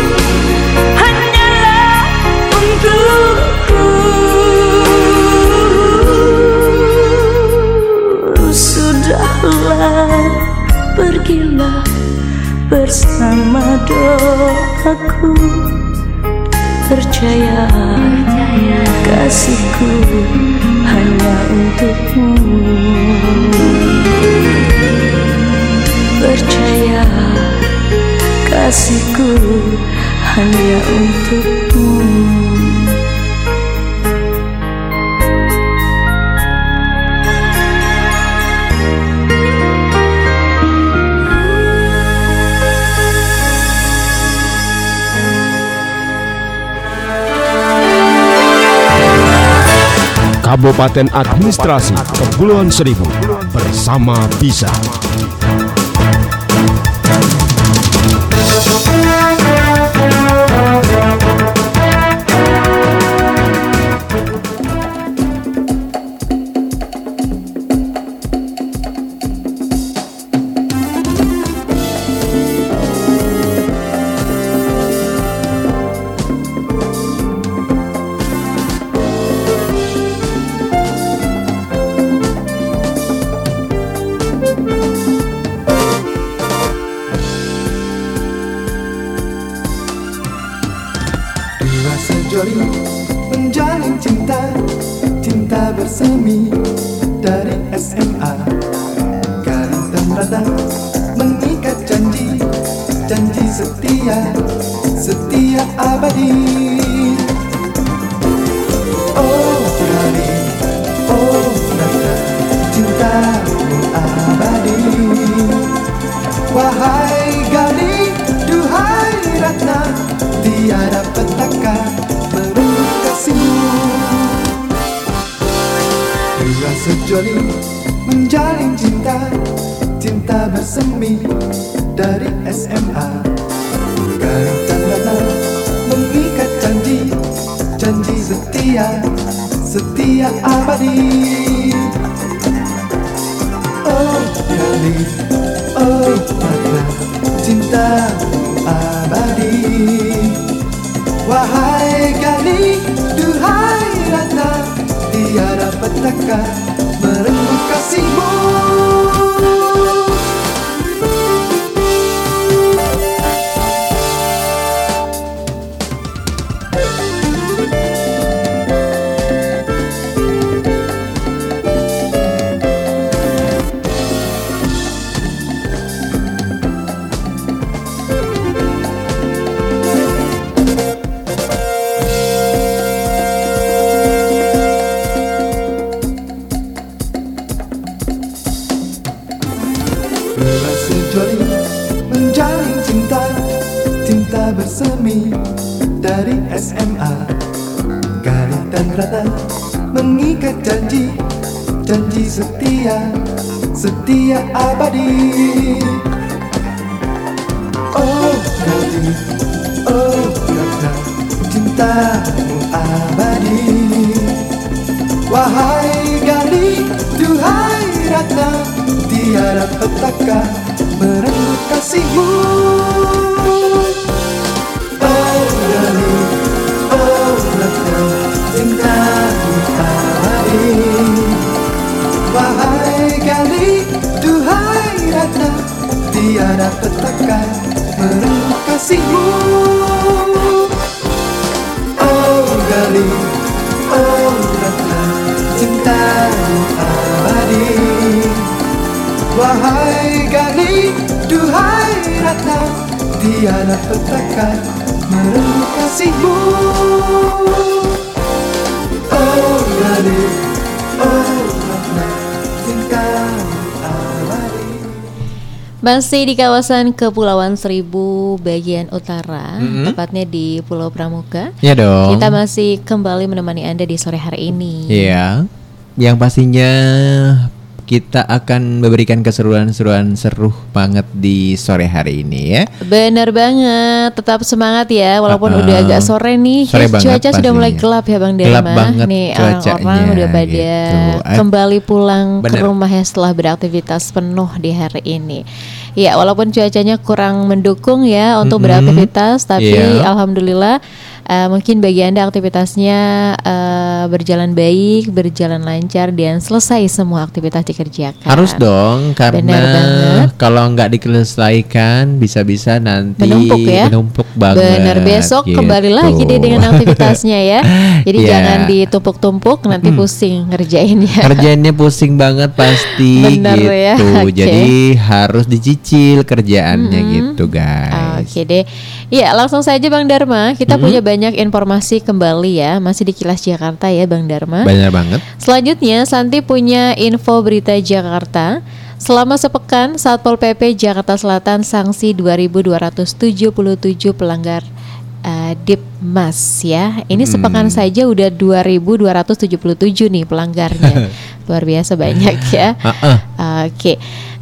pergilah bersama doaku, percaya kasihku hanya untukmu. Percaya kasihku hanya untukmu. Kabupaten Administrasi Kepulauan Seribu bersama Bisa. Sejoli menjalin cinta, cinta bersemi dari S M A. Garis dan rata mengikat janji, janji setia, setia abadi. Oh Gali, oh rata, cintamu abadi. Wahai Gali, duhai Ratna, tiada petaka merenggut kasihmu. Dua sejoli menjalin cinta, cinta bersemi dari S M A. Garis dan rata mengikat janji, janji setia, setia abadi. Oh Gali, oh Ratna, cintamu abadi. Wahai Gali, duhai Ratna, tiada petaka merenggut kasihmu. Dua sejoli menjalin cinta, cinta bersemi dari S M A. Garis dan rata mengikat janji, janji setia, setia abadi. Oh Gading, oh Ratna, cintamu abadi. Wahai Gading, duhai Ratna, tiada petaka merenggut kasihmu. Oh Gading, oh Ratna, cintamu abadi. Wahai Gading, duhai Ratna, tiada petaka merenggut kasihmu. Oh Gading, oh Ratna, cintamu abadi. Wahai Gading, duhai Ratna, tiada petaka merenggut kasihmu. Oh Gading, oh Ratna, cintamu abadi. Masih di kawasan Kepulauan Seribu bagian utara, Mm-hmm. tepatnya di Pulau Pramuka. Ya dong. Kita masih kembali menemani Anda di sore hari ini. Iya. Yang pastinya kita akan memberikan keseruan-seruan seru banget di sore hari ini ya. Bener banget, tetap semangat ya walaupun Uh-uh. udah agak sore nih. Sore Eh, banget cuaca sudah pastinya. mulai gelap ya Bang Derma. Gelap banget nih cuacanya, orang-orang udah pada gitu. Eh, kembali pulang ke bener. rumahnya setelah beraktivitas penuh di hari ini. Ya walaupun cuacanya kurang mendukung ya untuk Mm-mm. beraktivitas, tapi Iya. alhamdulillah uh, mungkin bagi Anda aktivitasnya uh, berjalan baik, berjalan lancar dan selesai semua aktivitas dikerjakan. Harus dong, Benar karena banget. kalau nggak diselesaikan bisa-bisa nanti Menumpuk ya. menumpuk banget. Bener, besok gitu. kembali lagi deh dengan aktivitasnya ya. Jadi Iya. jangan ditumpuk-tumpuk nanti pusing ngerjainnya. Kerjaannya pusing banget pasti Bener gitu. ya, oke. Jadi harus dicicil kerjaannya gitu guys. Oke deh. Ya langsung saja Bang Dharma, kita punya banyak informasi kembali ya. Masih di Kilas Jakarta ya Bang Dharma. Bener banget. Selanjutnya Santi punya info berita Jakarta. Selama sepekan Satpol P P Jakarta Selatan sanksi dua ribu dua ratus tujuh puluh tujuh pelanggar uh, Dipmas ya. Ini sepekan saja udah dua ribu dua ratus tujuh puluh tujuh nih pelanggarnya. Luar biasa banyak ya. Uh-uh. Oke.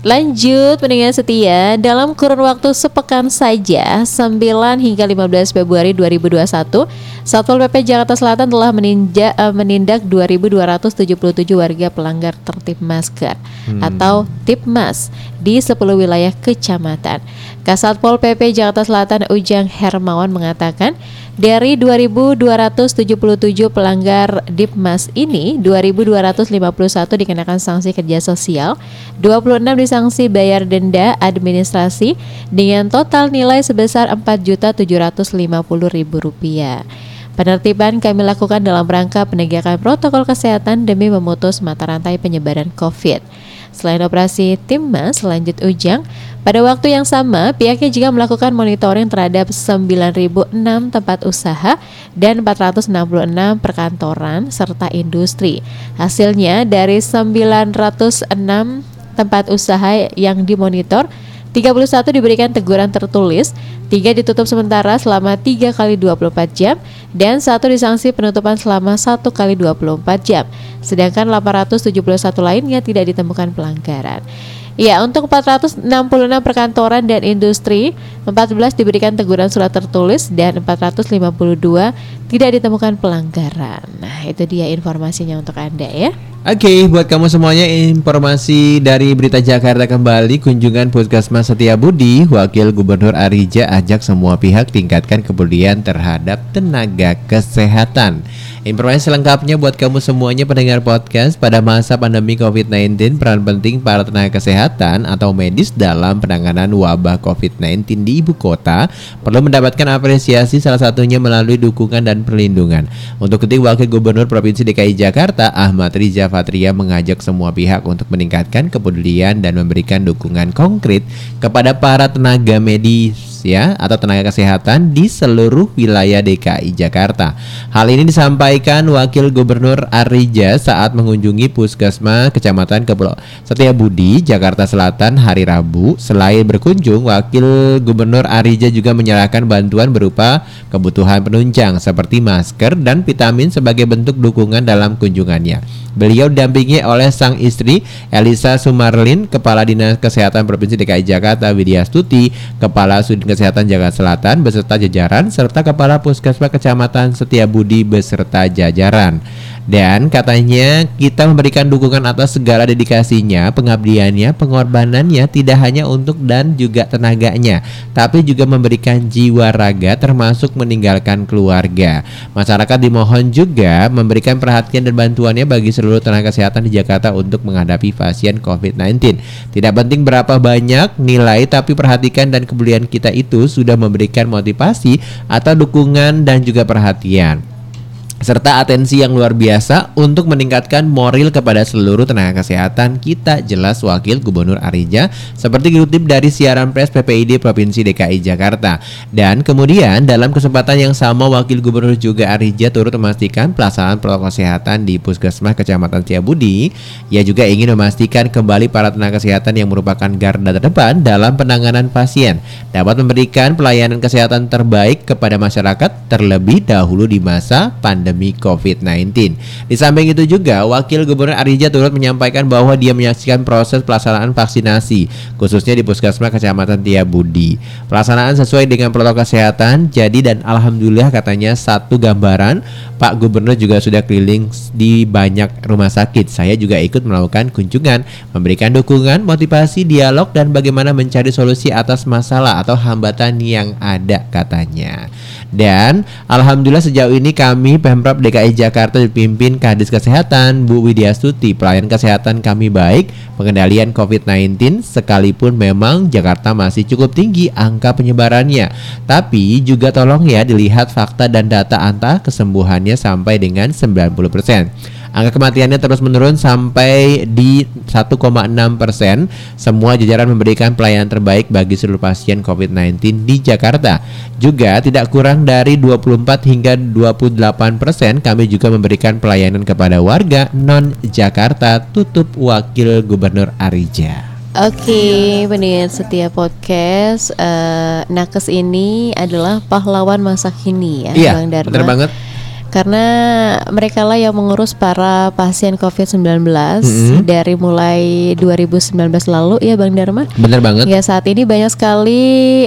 Lanjut pendengar setia, dalam kurun waktu sepekan saja sembilan hingga lima belas Februari dua ribu dua puluh satu, Satpol P P Jakarta Selatan telah meninja, uh, menindak dua ribu dua ratus tujuh puluh tujuh warga pelanggar tertib masker atau Tipmas di sepuluh wilayah kecamatan. Kasatpol P P Jakarta Selatan Ujang Hermawan mengatakan, dari dua ribu dua ratus tujuh puluh tujuh pelanggar Dipmas ini, dua ribu dua ratus lima puluh satu dikenakan sanksi kerja sosial, dua puluh enam disanksi bayar denda administrasi dengan total nilai sebesar empat juta tujuh ratus lima puluh ribu rupiah. Penertiban kami lakukan dalam rangka penegakan protokol kesehatan demi memutus mata rantai penyebaran COVID. Selain operasi Tipmas, lanjut Ujang, pada waktu yang sama pihaknya juga melakukan monitoring terhadap sembilan ribu enam tempat usaha dan empat ratus enam puluh enam perkantoran serta industri. Hasilnya dari sembilan ratus enam tempat usaha yang dimonitor, tiga puluh satu diberikan teguran tertulis, tiga ditutup sementara selama tiga kali dua puluh empat jam, dan satu disanksi penutupan selama satu kali dua puluh empat jam. Sedangkan delapan ratus tujuh puluh satu lainnya tidak ditemukan pelanggaran. Ya, untuk empat ratus enam puluh enam perkantoran dan industri, empat belas diberikan teguran surat tertulis dan empat ratus lima puluh dua tidak ditemukan pelanggaran. Nah, itu dia informasinya untuk Anda ya. Oke, buat kamu semuanya informasi dari Berita Jakarta kembali. Kunjungan Puskesmas Setiabudi, Wakil Gubernur Arija ajak semua pihak tingkatkan kepedulian terhadap tenaga kesehatan. Informasi selengkapnya buat kamu semuanya pendengar podcast. Pada masa pandemi covid sembilan belas, peran penting para tenaga kesehatan atau medis dalam penanganan wabah covid sembilan belas di ibu kota perlu mendapatkan apresiasi, salah satunya melalui dukungan dan perlindungan. Untuk itu, Wakil Gubernur Provinsi D K I Jakarta Ahmad Riza Patria mengajak semua pihak untuk meningkatkan kepedulian dan memberikan dukungan konkret kepada para tenaga medis ya atau tenaga kesehatan di seluruh wilayah D K I Jakarta. Hal ini disampaikan Wakil Gubernur Arija saat mengunjungi Puskesmas Kecamatan Kepulauan Setiabudi, Jakarta Selatan hari Rabu. Selain berkunjung, Wakil Gubernur Arija juga menyerahkan bantuan berupa kebutuhan penunjang seperti masker dan vitamin sebagai bentuk dukungan dalam kunjungannya. Beliau didampingi oleh sang istri Elisa Sumarlin, Kepala Dinas Kesehatan Provinsi D K I Jakarta Widya Stuti, Kepala Sudin Kesehatan Jakarta Selatan beserta jajaran serta Kepala Puskesmas Kecamatan Setiabudi beserta jajaran. Dan katanya kita memberikan dukungan atas segala dedikasinya, pengabdiannya, pengorbanannya tidak hanya untuk dan juga tenaganya, tapi juga memberikan jiwa raga termasuk meninggalkan keluarga. Masyarakat dimohon juga memberikan perhatian dan bantuannya bagi seluruh tenaga kesehatan di Jakarta untuk menghadapi pasien covid sembilan belas. Tidak penting berapa banyak nilai, tapi perhatikan dan kepedulian kita itu sudah memberikan motivasi atau dukungan dan juga perhatian serta atensi yang luar biasa untuk meningkatkan moral kepada seluruh tenaga kesehatan kita, jelas Wakil Gubernur Arija seperti dikutip dari siaran pers P P I D Provinsi D K I Jakarta. Dan kemudian dalam kesempatan yang sama Wakil Gubernur juga Arija turut memastikan pelaksanaan protokol kesehatan di Puskesmas Kecamatan Setiabudi. Ia juga ingin memastikan kembali para tenaga kesehatan yang merupakan garda terdepan dalam penanganan pasien dapat memberikan pelayanan kesehatan terbaik kepada masyarakat terlebih dahulu di masa pandemi covid sembilan belas. Di samping itu juga Wakil Gubernur Arija turut menyampaikan bahwa dia menyaksikan proses pelaksanaan vaksinasi khususnya di Puskesmas Kecamatan Setiabudi. Pelaksanaan sesuai dengan protokol kesehatan. Jadi dan alhamdulillah katanya satu gambaran Pak Gubernur juga sudah keliling di banyak rumah sakit. Saya juga ikut melakukan kunjungan, memberikan dukungan, motivasi, dialog dan bagaimana mencari solusi atas masalah atau hambatan yang ada katanya. Dan alhamdulillah sejauh ini kami Pemprov D K I Jakarta dipimpin Kadis Kesehatan Bu Widya Stuti, pelayanan kesehatan kami baik, pengendalian covid sembilan belas sekalipun memang Jakarta masih cukup tinggi angka penyebarannya. Tapi juga tolong ya dilihat fakta dan data angka kesembuhannya sampai dengan sembilan puluh persen. Angka kematiannya terus menurun sampai di satu koma enam persen. Semua jajaran memberikan pelayanan terbaik bagi seluruh pasien covid sembilan belas di Jakarta. Juga tidak kurang dari dua puluh empat hingga dua puluh delapan persen kami juga memberikan pelayanan kepada warga non-Jakarta, tutup Wakil Gubernur Arija. Oke, pendengar setia podcast, uh, nakes ini adalah pahlawan masa kini ya, iya, Bang Dharma. Bener banget. Karena mereka lah yang mengurus para pasien covid sembilan belas mm-hmm. dari mulai dua ribu sembilan belas lalu ya Bang Dharma. Bener banget. Ya saat ini banyak sekali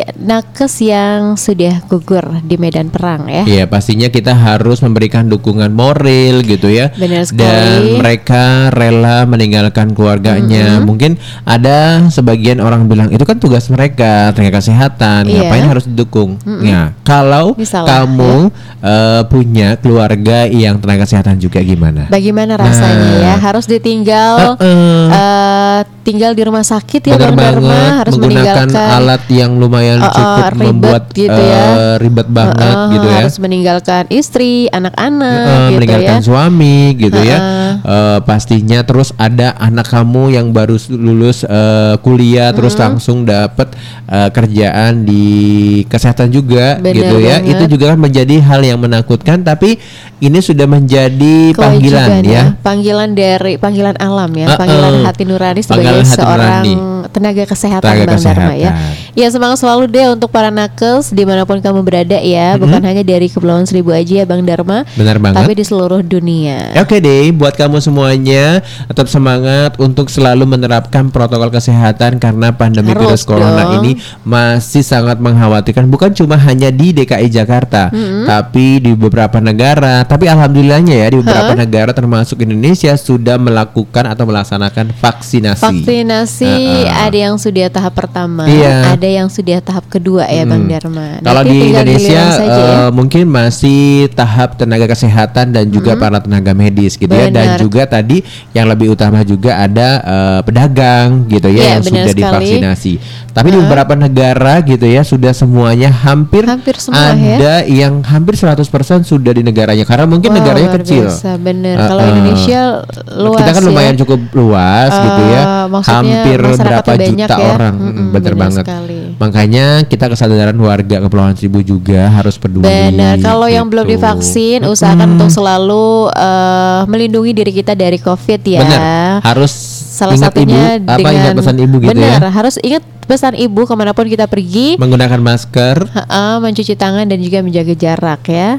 nakes yang sudah gugur di medan perang ya. Iya pastinya kita harus memberikan dukungan moral gitu ya. Benar sekali. Dan mereka rela meninggalkan keluarganya. Mm-hmm. Mungkin ada sebagian orang bilang itu kan tugas mereka, tenaga kesehatan, yeah. ngapain harus didukung? Mm-hmm. Ya kalau Misalnya, kamu ya. uh, punya keluarga keluarga yang tenaga kesehatan juga gimana? Bagaimana rasanya nah, ya? Harus ditinggal, uh, uh, uh, tinggal di rumah sakit ya Bang Dharma, harus menggunakan alat yang lumayan uh, uh, cukup ribet membuat gitu ya. uh, ribet banget uh, uh, gitu ya. Harus meninggalkan istri, anak-anak, uh, gitu meninggalkan ya. suami gitu uh, ya. Uh, uh, pastinya terus ada anak kamu yang baru lulus uh, kuliah, uh, terus langsung dapat uh, kerjaan di kesehatan juga. Bener gitu ya. Banget. Itu juga kan menjadi hal yang menakutkan, tapi ini sudah menjadi panggilan ya. Panggilan dari panggilan alam ya, uh, panggilan uh, hati nurani sebagai seorang nurani. Tenaga kesehatan tenaga Bang kesehatan. Dharma ya. Ya semangat selalu deh untuk para nakes dimanapun kamu berada ya, mm-hmm. bukan hanya dari Kepulauan Seribu aja ya Bang Dharma. Benar banget. Tapi di seluruh dunia. Oke deh, buat kamu semuanya tetap semangat untuk selalu menerapkan protokol kesehatan karena pandemi Harus virus corona dong. Ini masih sangat mengkhawatirkan, bukan cuma hanya di D K I Jakarta, mm-hmm. tapi di beberapa negara. Tapi alhamdulillahnya ya di beberapa huh? negara termasuk Indonesia sudah melakukan atau melaksanakan vaksinasi. Vaksinasi uh-uh. ada yang sudah tahap pertama, iya. ada yang sudah tahap kedua ya hmm. Bang Dharma. Kalau di Indonesia uh, ya? mungkin masih tahap tenaga kesehatan dan juga hmm. para tenaga medis gitu Bener. ya, dan juga tadi yang lebih utama juga ada uh, pedagang gitu ya, ya yang sudah sekali. divaksinasi. Tapi uh. di beberapa negara gitu ya sudah semuanya hampir, hampir semua, ada ya? yang hampir seratus persen sudah di negaranya karena mungkin wow, negaranya kecil. Biasa, bener. Uh, Kalau uh, Indonesia luas kita kan lumayan ya? cukup luas uh, gitu ya. Hampir berapa juta ya? orang. Mm-mm, bener, bener banget. Sekali. Makanya kita kesadaran warga Kepulauan Seribu juga harus peduli. Benar. Kalau gitu. yang belum divaksin, usahakan hmm. untuk selalu uh, melindungi diri kita dari COVID ya. Benar. Harus salah ingat satunya ibu, apa dengan ingat pesan ibu gitu benar, ya. Harus ingat pesan ibu kemanapun kita pergi. Menggunakan masker, uh, mencuci tangan dan juga menjaga jarak ya.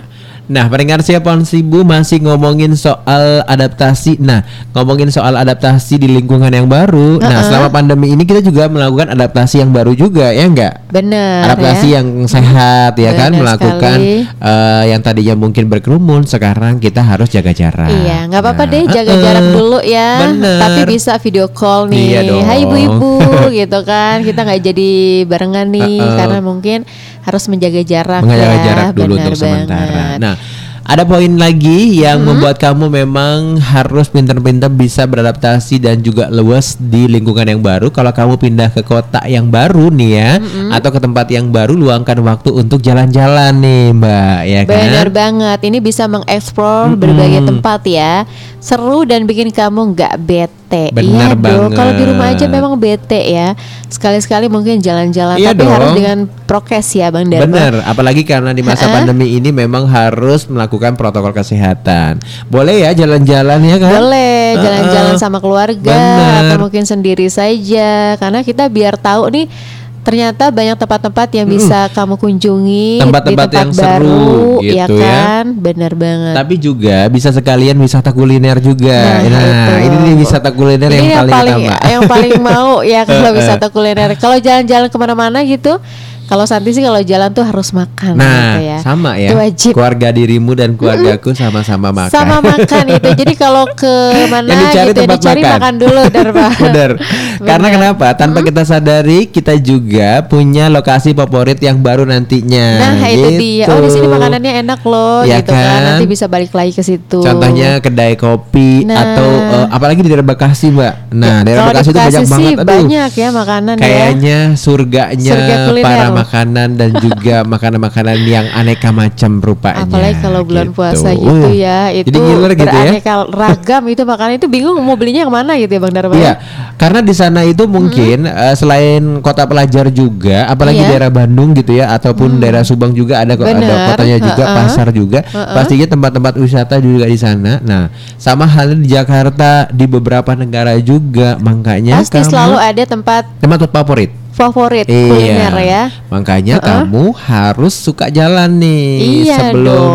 Nah, pendengar siapa Seribu masih ngomongin soal adaptasi. Nah, ngomongin soal adaptasi di lingkungan yang baru. Uh-uh. Nah, selama pandemi ini kita juga melakukan adaptasi yang baru juga, ya enggak? Benar. Adaptasi ya? yang sehat, ya. Bener kan? Melakukan uh, yang tadinya mungkin berkerumun, sekarang kita harus jaga jarak. Iya, nggak apa-apa nah, deh, jaga uh-uh. jarak dulu ya. Bener. Tapi bisa video call nih. Iya dong. Hai ibu-ibu, gitu kan? Kita nggak jadi barengan nih, uh-uh. karena mungkin harus menjaga jarak. Menjaga ya. jarak dulu Benar untuk sementara. banget. Nah, ada poin lagi yang hmm. membuat kamu memang harus pintar-pintar bisa beradaptasi dan juga luas di lingkungan yang baru. Kalau kamu pindah ke kota yang baru nih ya, hmm. atau ke tempat yang baru, luangkan waktu untuk jalan-jalan nih, Mbak, ya kan? Benar banget. Ini bisa mengeksplor hmm. berbagai tempat ya. Seru dan bikin kamu nggak bete. Benar iya dong. banget. Kalau di rumah aja memang bete ya. Sekali-sekali mungkin jalan-jalan, iya tapi dong. harus dengan prokes ya, Bang Dharma. Benar. Apalagi karena di masa pandemi ini memang harus melakukan protokol kesehatan. Boleh ya jalan-jalan ya kan? Boleh jalan-jalan uh-uh. sama keluarga. Bener. Atau mungkin sendiri saja. Karena kita biar tahu nih, ternyata banyak tempat-tempat yang bisa mm. kamu kunjungi, tempat-tempat di tempat yang baru, seru gitu ya kan, ya. Benar banget. Tapi juga bisa sekalian wisata kuliner juga. Nah, nah ini nih wisata kuliner ini yang, yang paling, paling yang paling mau ya kalau wisata kuliner. Kalau jalan-jalan kemana-mana gitu. Kalau Santi sih kalau jalan tuh harus makan. Nah, gitu ya. sama ya. Itu wajib. Keluarga dirimu dan keluargaku sama-sama makan. Sama makan itu. Jadi kalau ke mana yang dicari gitu, tempat dicari makan. makan dulu, Dharma. Bener. Karena kenapa? Tanpa hmm. kita sadari, kita juga punya lokasi favorit yang baru nantinya. Nah, gitu. itu dia. Oh, di sini makanannya enak loh, ya gitu kan? kan. Nanti bisa balik lagi ke situ. Contohnya kedai kopi nah. atau uh, apalagi di daerah Bekasi, Mbak. Nah, ya, daerah Bekasi itu banyak banget. Aduh, banyak ya makanan. Kayaknya ya. surganya Surga para makanan dan juga makanan-makanan yang aneka macam rupanya. Apalagi kalau bulan gitu. puasa gitu ya, itu jadi ngiler gitu ya. Beraneka ragam itu makanan itu bingung mau belinya yang mana gitu ya, Bang Dharma. Iya, karena di sana itu mungkin hmm. uh, selain kota pelajar juga, apalagi iya. daerah Bandung gitu ya, ataupun hmm. daerah Subang juga ada, ada kotanya juga, uh-uh. pasar juga, uh-uh. pastinya tempat-tempat wisata juga di sana. Nah, sama halnya di Jakarta, di beberapa negara juga, makanya pasti kamu selalu ada tempat tempat favorit. favorit iya. kuliner ya. Makanya uh-uh. kamu harus suka jalan nih iya sebelum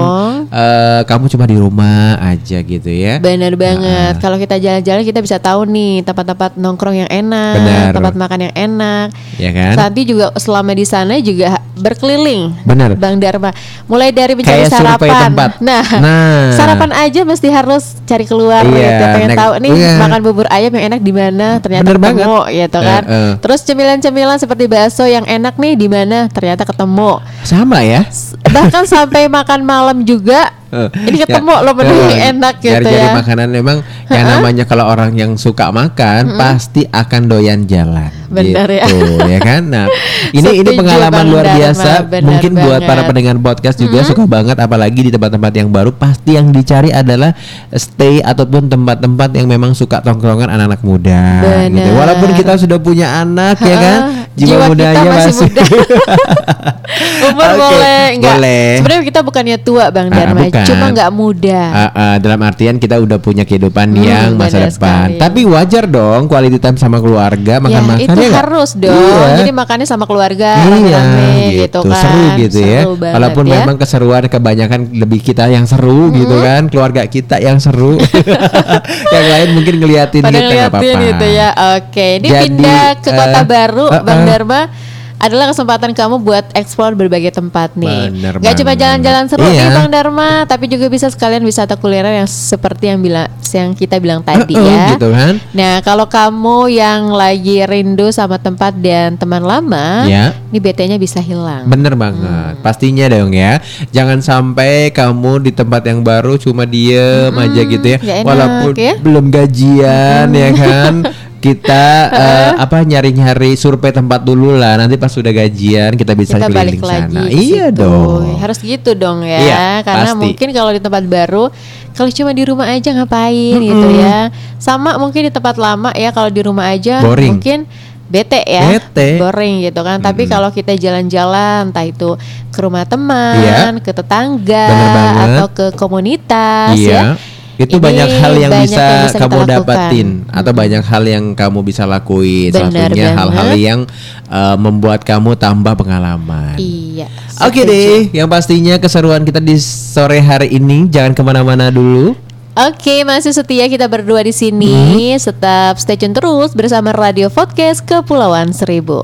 uh, kamu cuma di rumah aja gitu ya. Benar banget. Uh-uh. Kalau kita jalan-jalan kita bisa tahu nih tempat-tempat nongkrong yang enak, Bener. tempat makan yang enak. Ya kan? Santi juga selama di sana juga berkeliling. Benar. Bang Dharma. Mulai dari mencari kayak sarapan. Nah, nah, sarapan aja mesti harus cari keluar iya, gitu. Pengen tahu nih iya. makan bubur ayam yang enak di mana, ternyata Bener ketemu banget. gitu kan. Uh, uh. Terus cemilan-cemilan seperti bakso yang enak nih di mana, ternyata ketemu. Sama ya. Bahkan sampai makan malam juga. Uh, ini ketemu ya, loh menu uh, enak gitu jari-jari ya. Makanan memang uh-huh. yang namanya kalau orang yang suka makan uh-huh. pasti akan doyan jalan. Benar gitu, ya. ya kan. Nah, ini ini pengalaman luar biasa. Mungkin banget. Buat para pendengar podcast juga uh-huh. suka banget, apalagi di tempat-tempat yang baru. Pasti yang dicari adalah stay ataupun tempat-tempat yang memang suka tongkrongan anak-anak muda. Gitu. Walaupun kita sudah punya anak uh-huh. ya kan, jiwa, jiwa mudanya masih, masih muda. Umur okay. boleh, enggak. Boleh. Sebenarnya kita bukannya tua, Bang Dharma. Uh, Cuma nggak muda. Uh, uh, dalam artian kita udah punya kehidupan hmm, yang masa depan. Sekali. Tapi wajar dong quality time sama keluarga, makan-makan ya, itu ya harus gak? dong. Iya. Jadi makannya sama keluarga, iya, rame-rame gitu. gitu kan. Seru gitu seru ya. Banget, walaupun ya. memang keseruan kebanyakan lebih kita yang seru hmm. gitu kan, keluarga kita yang seru. Yang lain mungkin ngeliatin pada kita nggak apa-apa. Gitu ya. Oke, ini Jadi, pindah ke kota uh, baru, uh, uh, Bang Dharma. Adalah kesempatan kamu buat eksplor berbagai tempat nih. Bener Gak cuma jalan-jalan seru iya. nih Bang Dharma, tapi juga bisa sekalian wisata kuliner yang seperti yang bilang yang kita bilang tadi uh, uh, ya. Gitu kan? Nah, kalau kamu yang lagi rindu sama tempat dan teman lama, ya. Ini B T-nya bisa hilang. Bener banget, hmm. pastinya dong ya. Jangan sampai kamu di tempat yang baru cuma diem hmm, aja gitu ya, enak, walaupun ya? belum gajian hmm. ya kan. Kita uh, apa nyari-nyari survei tempat dulu lah, nanti pas sudah gajian kita bisa kita keliling balik lagi sana. Iya situ. dong. Harus gitu dong ya. Iya, karena pasti. Mungkin kalau di tempat baru, kalau cuma di rumah aja ngapain mm-hmm. gitu ya. Sama mungkin di tempat lama ya, kalau di rumah aja boring. Mungkin bete ya, bete. boring gitu kan. Mm-hmm. Tapi kalau kita jalan-jalan, entah itu ke rumah teman, iya. ke tetangga, atau ke komunitas iya. ya. Itu Ini banyak hal yang banyak bisa, yang bisa kamu kita lakukan. dapatin atau banyak hal yang kamu bisa lakuin. Salah Benar satunya banget. hal-hal yang uh, membuat kamu tambah pengalaman. Iya. Oke setuju. deh, yang pastinya keseruan kita di sore hari ini jangan kemana-mana dulu. Oke, masih setia kita berdua di sini. Hmm. Tetap stay tune terus bersama Radio Podcast Kepulauan Seribu.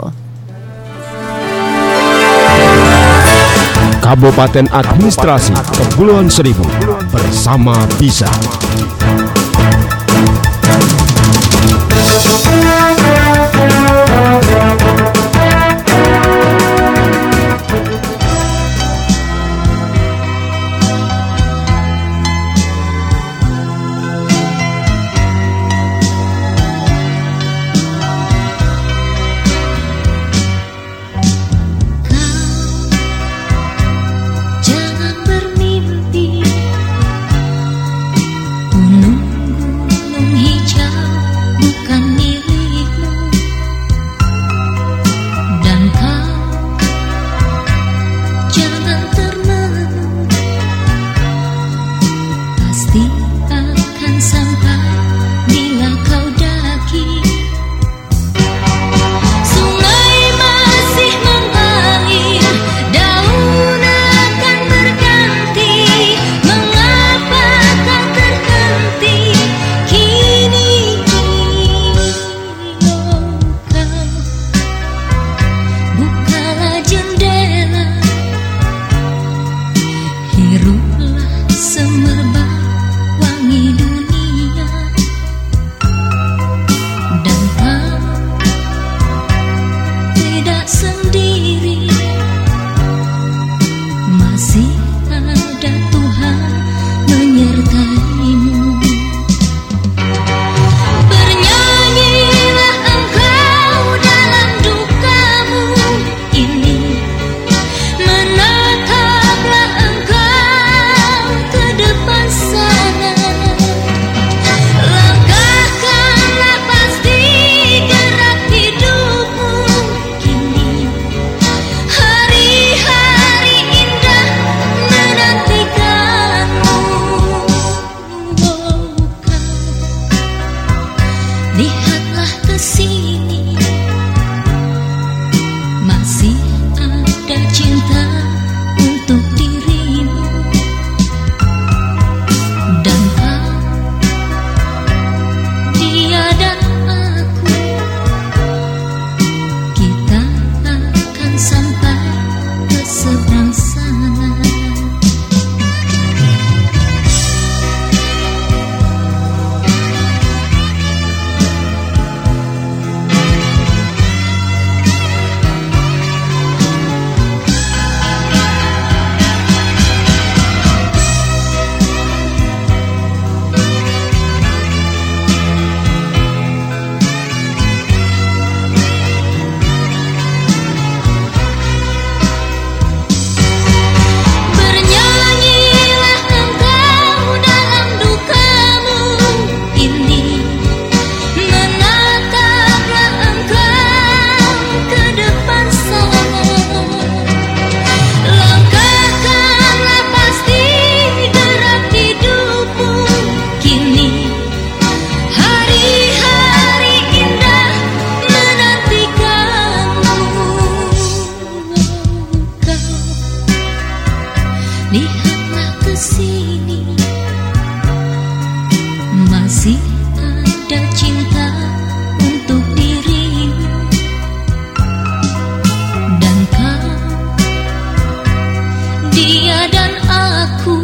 Kabupaten Administrasi Kepulauan Seribu bersama Bisa. Jangan bermimpi gunung-gunung hijau bukan milikmu, dan kau jangan termenung, pasti akan sampai bila kau daki. Sungai masih mengalir, daun akan berganti. Mengapa kau terhenti kini? Oh kau, bukalah jendela, hiruplah semerbak wangi dunia, dan kau tidak sendiri, masih ada Tuhan menyertaimu. Bernyanyilah engkau dalam dukamu ini, menataplah engkau ke depan sana. Langkahkanlah pasti gerak hidupmu kini, hari-hari indah menantikanmu. Oh kau, lihatlah ke sini, masih ada cinta untuk dirimu, dan kau, dia dan aku, kita akan sampai ke seberang sana. Bernyanyilah engkau dalam dukamu ini, menataplah engkau ke depan sana. Langkahkanlah pasti gerak hidupmu kini, hari-hari indah menantikanmu. Kau, lihatlah ke sini, masih ada cinta untuk dirimu, dan kau, dia dan aku,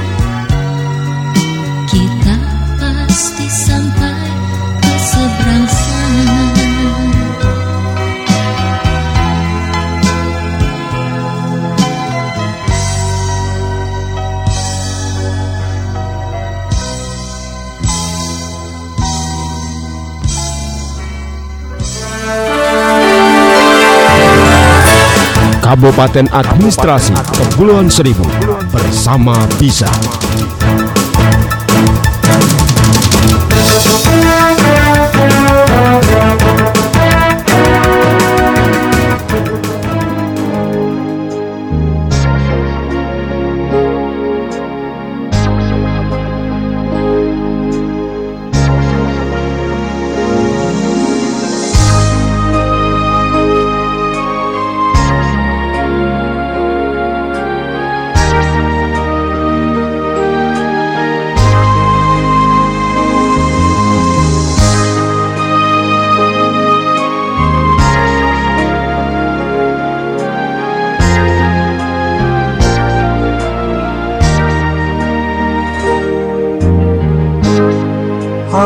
kita pasti sampai ke seberang sana. Kabupaten Administrasi Kepulauan Seribu bersama Bisa.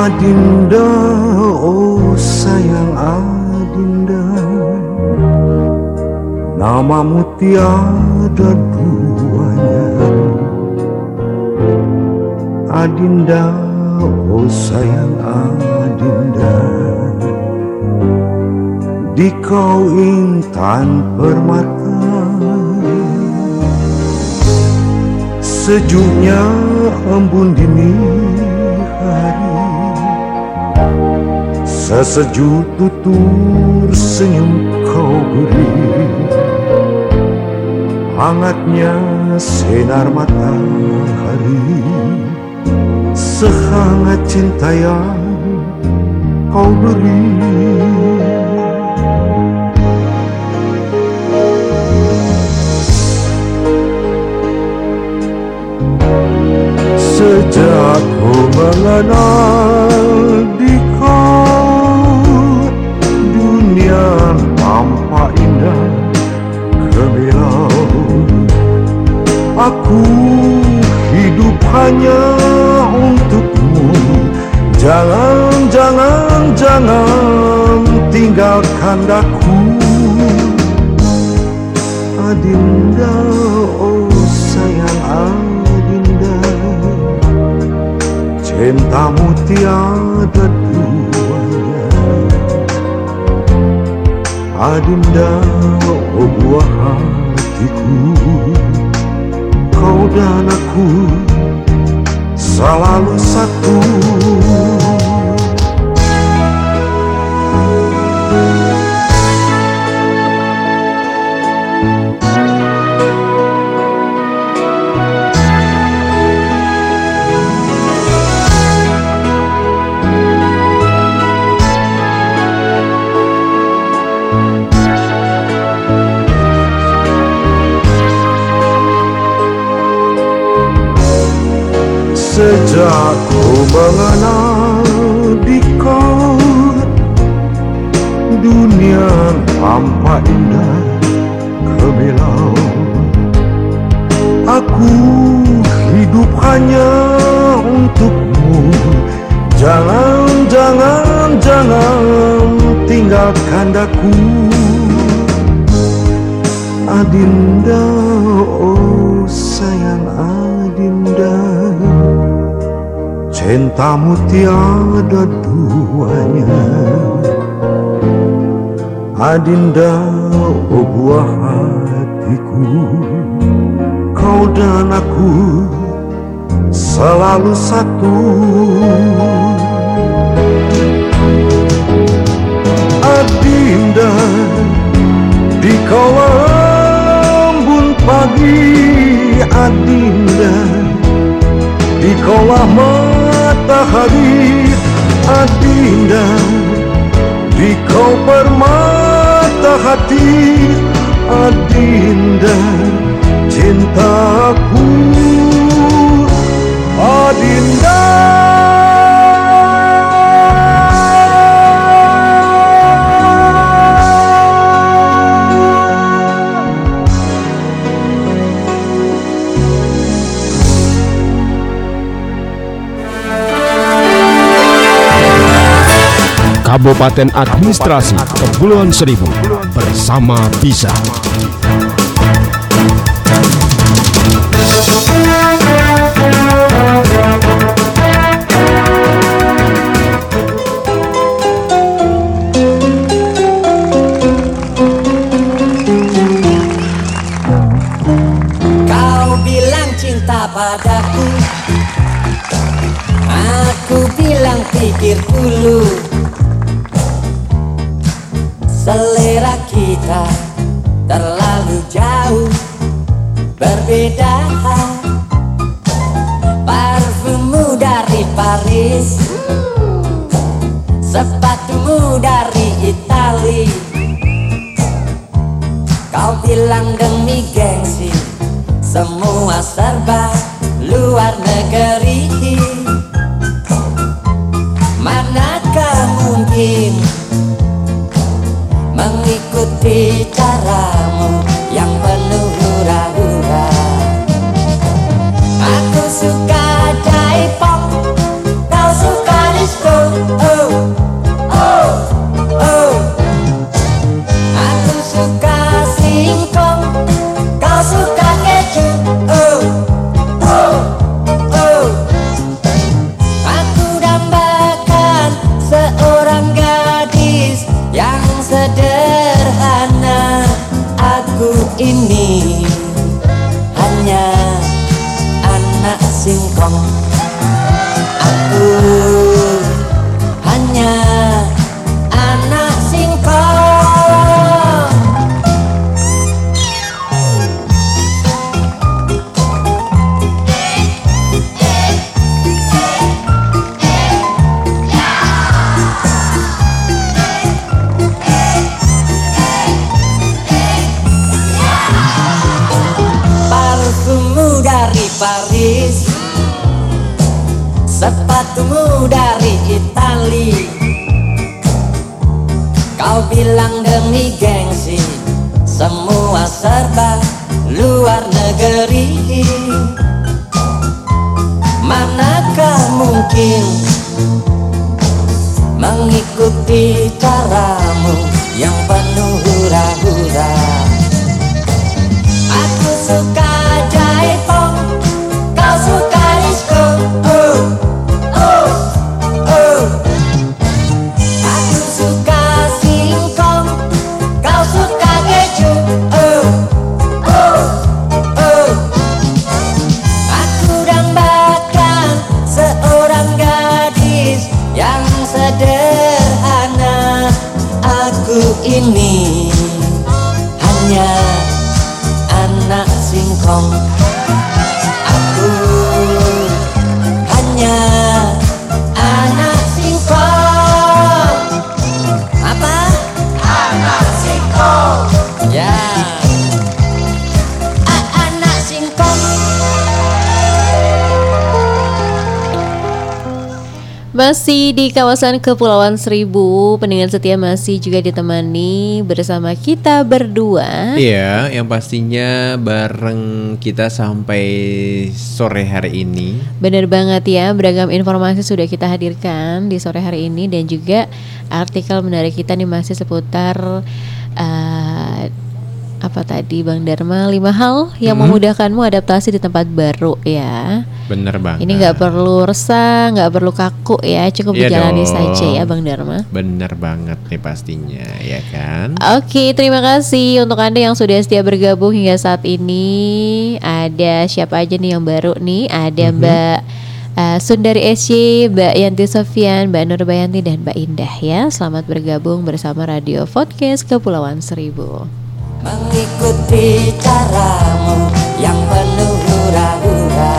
Adinda, oh sayang Adinda, namamu tiada duanya. Adinda, oh sayang Adinda, di kau intan permata, sejuknya embun dini hari, sesejuk tutur senyum kau beri, hangatnya sinar matahari, sehangat cinta yang kau beri. Sejak ku mengenal di kau, dunia tampak indah gemilang. Aku hidup hanya untukmu. Jangan, jangan, jangan tinggalkan daku. Adinda, oh sayang Adinda, cintamu tiada duanya. Adinda, oh buah hatiku, kau dan aku selalu satu. Sejak ku mengenal di kau, dunia tampak indah gemilang. Aku hidup hanya untukmu. Jangan, jangan, jangan tinggalkan daku. Adinda, oh sayang Adinda, cintamu tiada duanya. Adinda, oh buah hatiku, kau dan aku selalu satu. Adinda, di kala embun pagi. Adinda, di kala matahari. Adinda, di kau permata hati. Adinda, cintaku. Adinda, Kabupaten Administrasi Kepulauan Seribu bersama Bisa. Kau bilang cinta padaku, aku bilang pikir dulu. Selera kita terlalu jauh berbeda. Parfummu dari Paris, sepatumu dari Itali. Kau bilang demi gengsi, semua serba luar negeri. Manakah mungkin mengikuti caramu yang penuh hura-hura. Aku suka J-pop, kau suka disco. hanya anak singkong. Aku hanya anak singkong. Parfummu dari Paris, sepatumu dari Itali. Kau bilang demi gengsi, semua serba luar negeri. Manakah mungkin mengikuti caramu yang penuh hura-hura. Aku suka jaipong, kau suka disco. Oh, oh, oh. Aku suka singkong, kau suka keju. Oh, oh, oh. Aku dambakan seorang gadis yang sederhana. Aku ini hanya anak singkong. Aku hanya anak singkong. Apa? Anak singkong. Ya, A- anak singkong. Masih di kawasan Kepulauan Seribu, pendengar setia masih juga ditemani bersama kita berdua. Iya, yang pastinya bareng kita sampai sore hari ini. Bener banget ya, beragam informasi sudah kita hadirkan di sore hari ini. Dan juga artikel menarik kita nih masih seputar uh, apa tadi Bang Dharma, lima hal yang hmm. memudahkanmu adaptasi di tempat baru ya. Bener banget. Ini nggak perlu resah, nggak perlu kaku ya, cukup iya dijalani dong. saja ya Bang Dharma. Bener banget nih pastinya, ya kan? Oke, terima kasih untuk Anda yang sudah setia bergabung hingga saat ini. Ada siapa aja nih yang baru nih? Ada mm-hmm. Mbak uh, Sundari S Y, Mbak Yanti Sofian, Mbak Nurbayanti dan Mbak Indah ya. Selamat bergabung bersama Radio Podcast Kepulauan Seribu. Mengikuti caramu yang penuh hura-hura.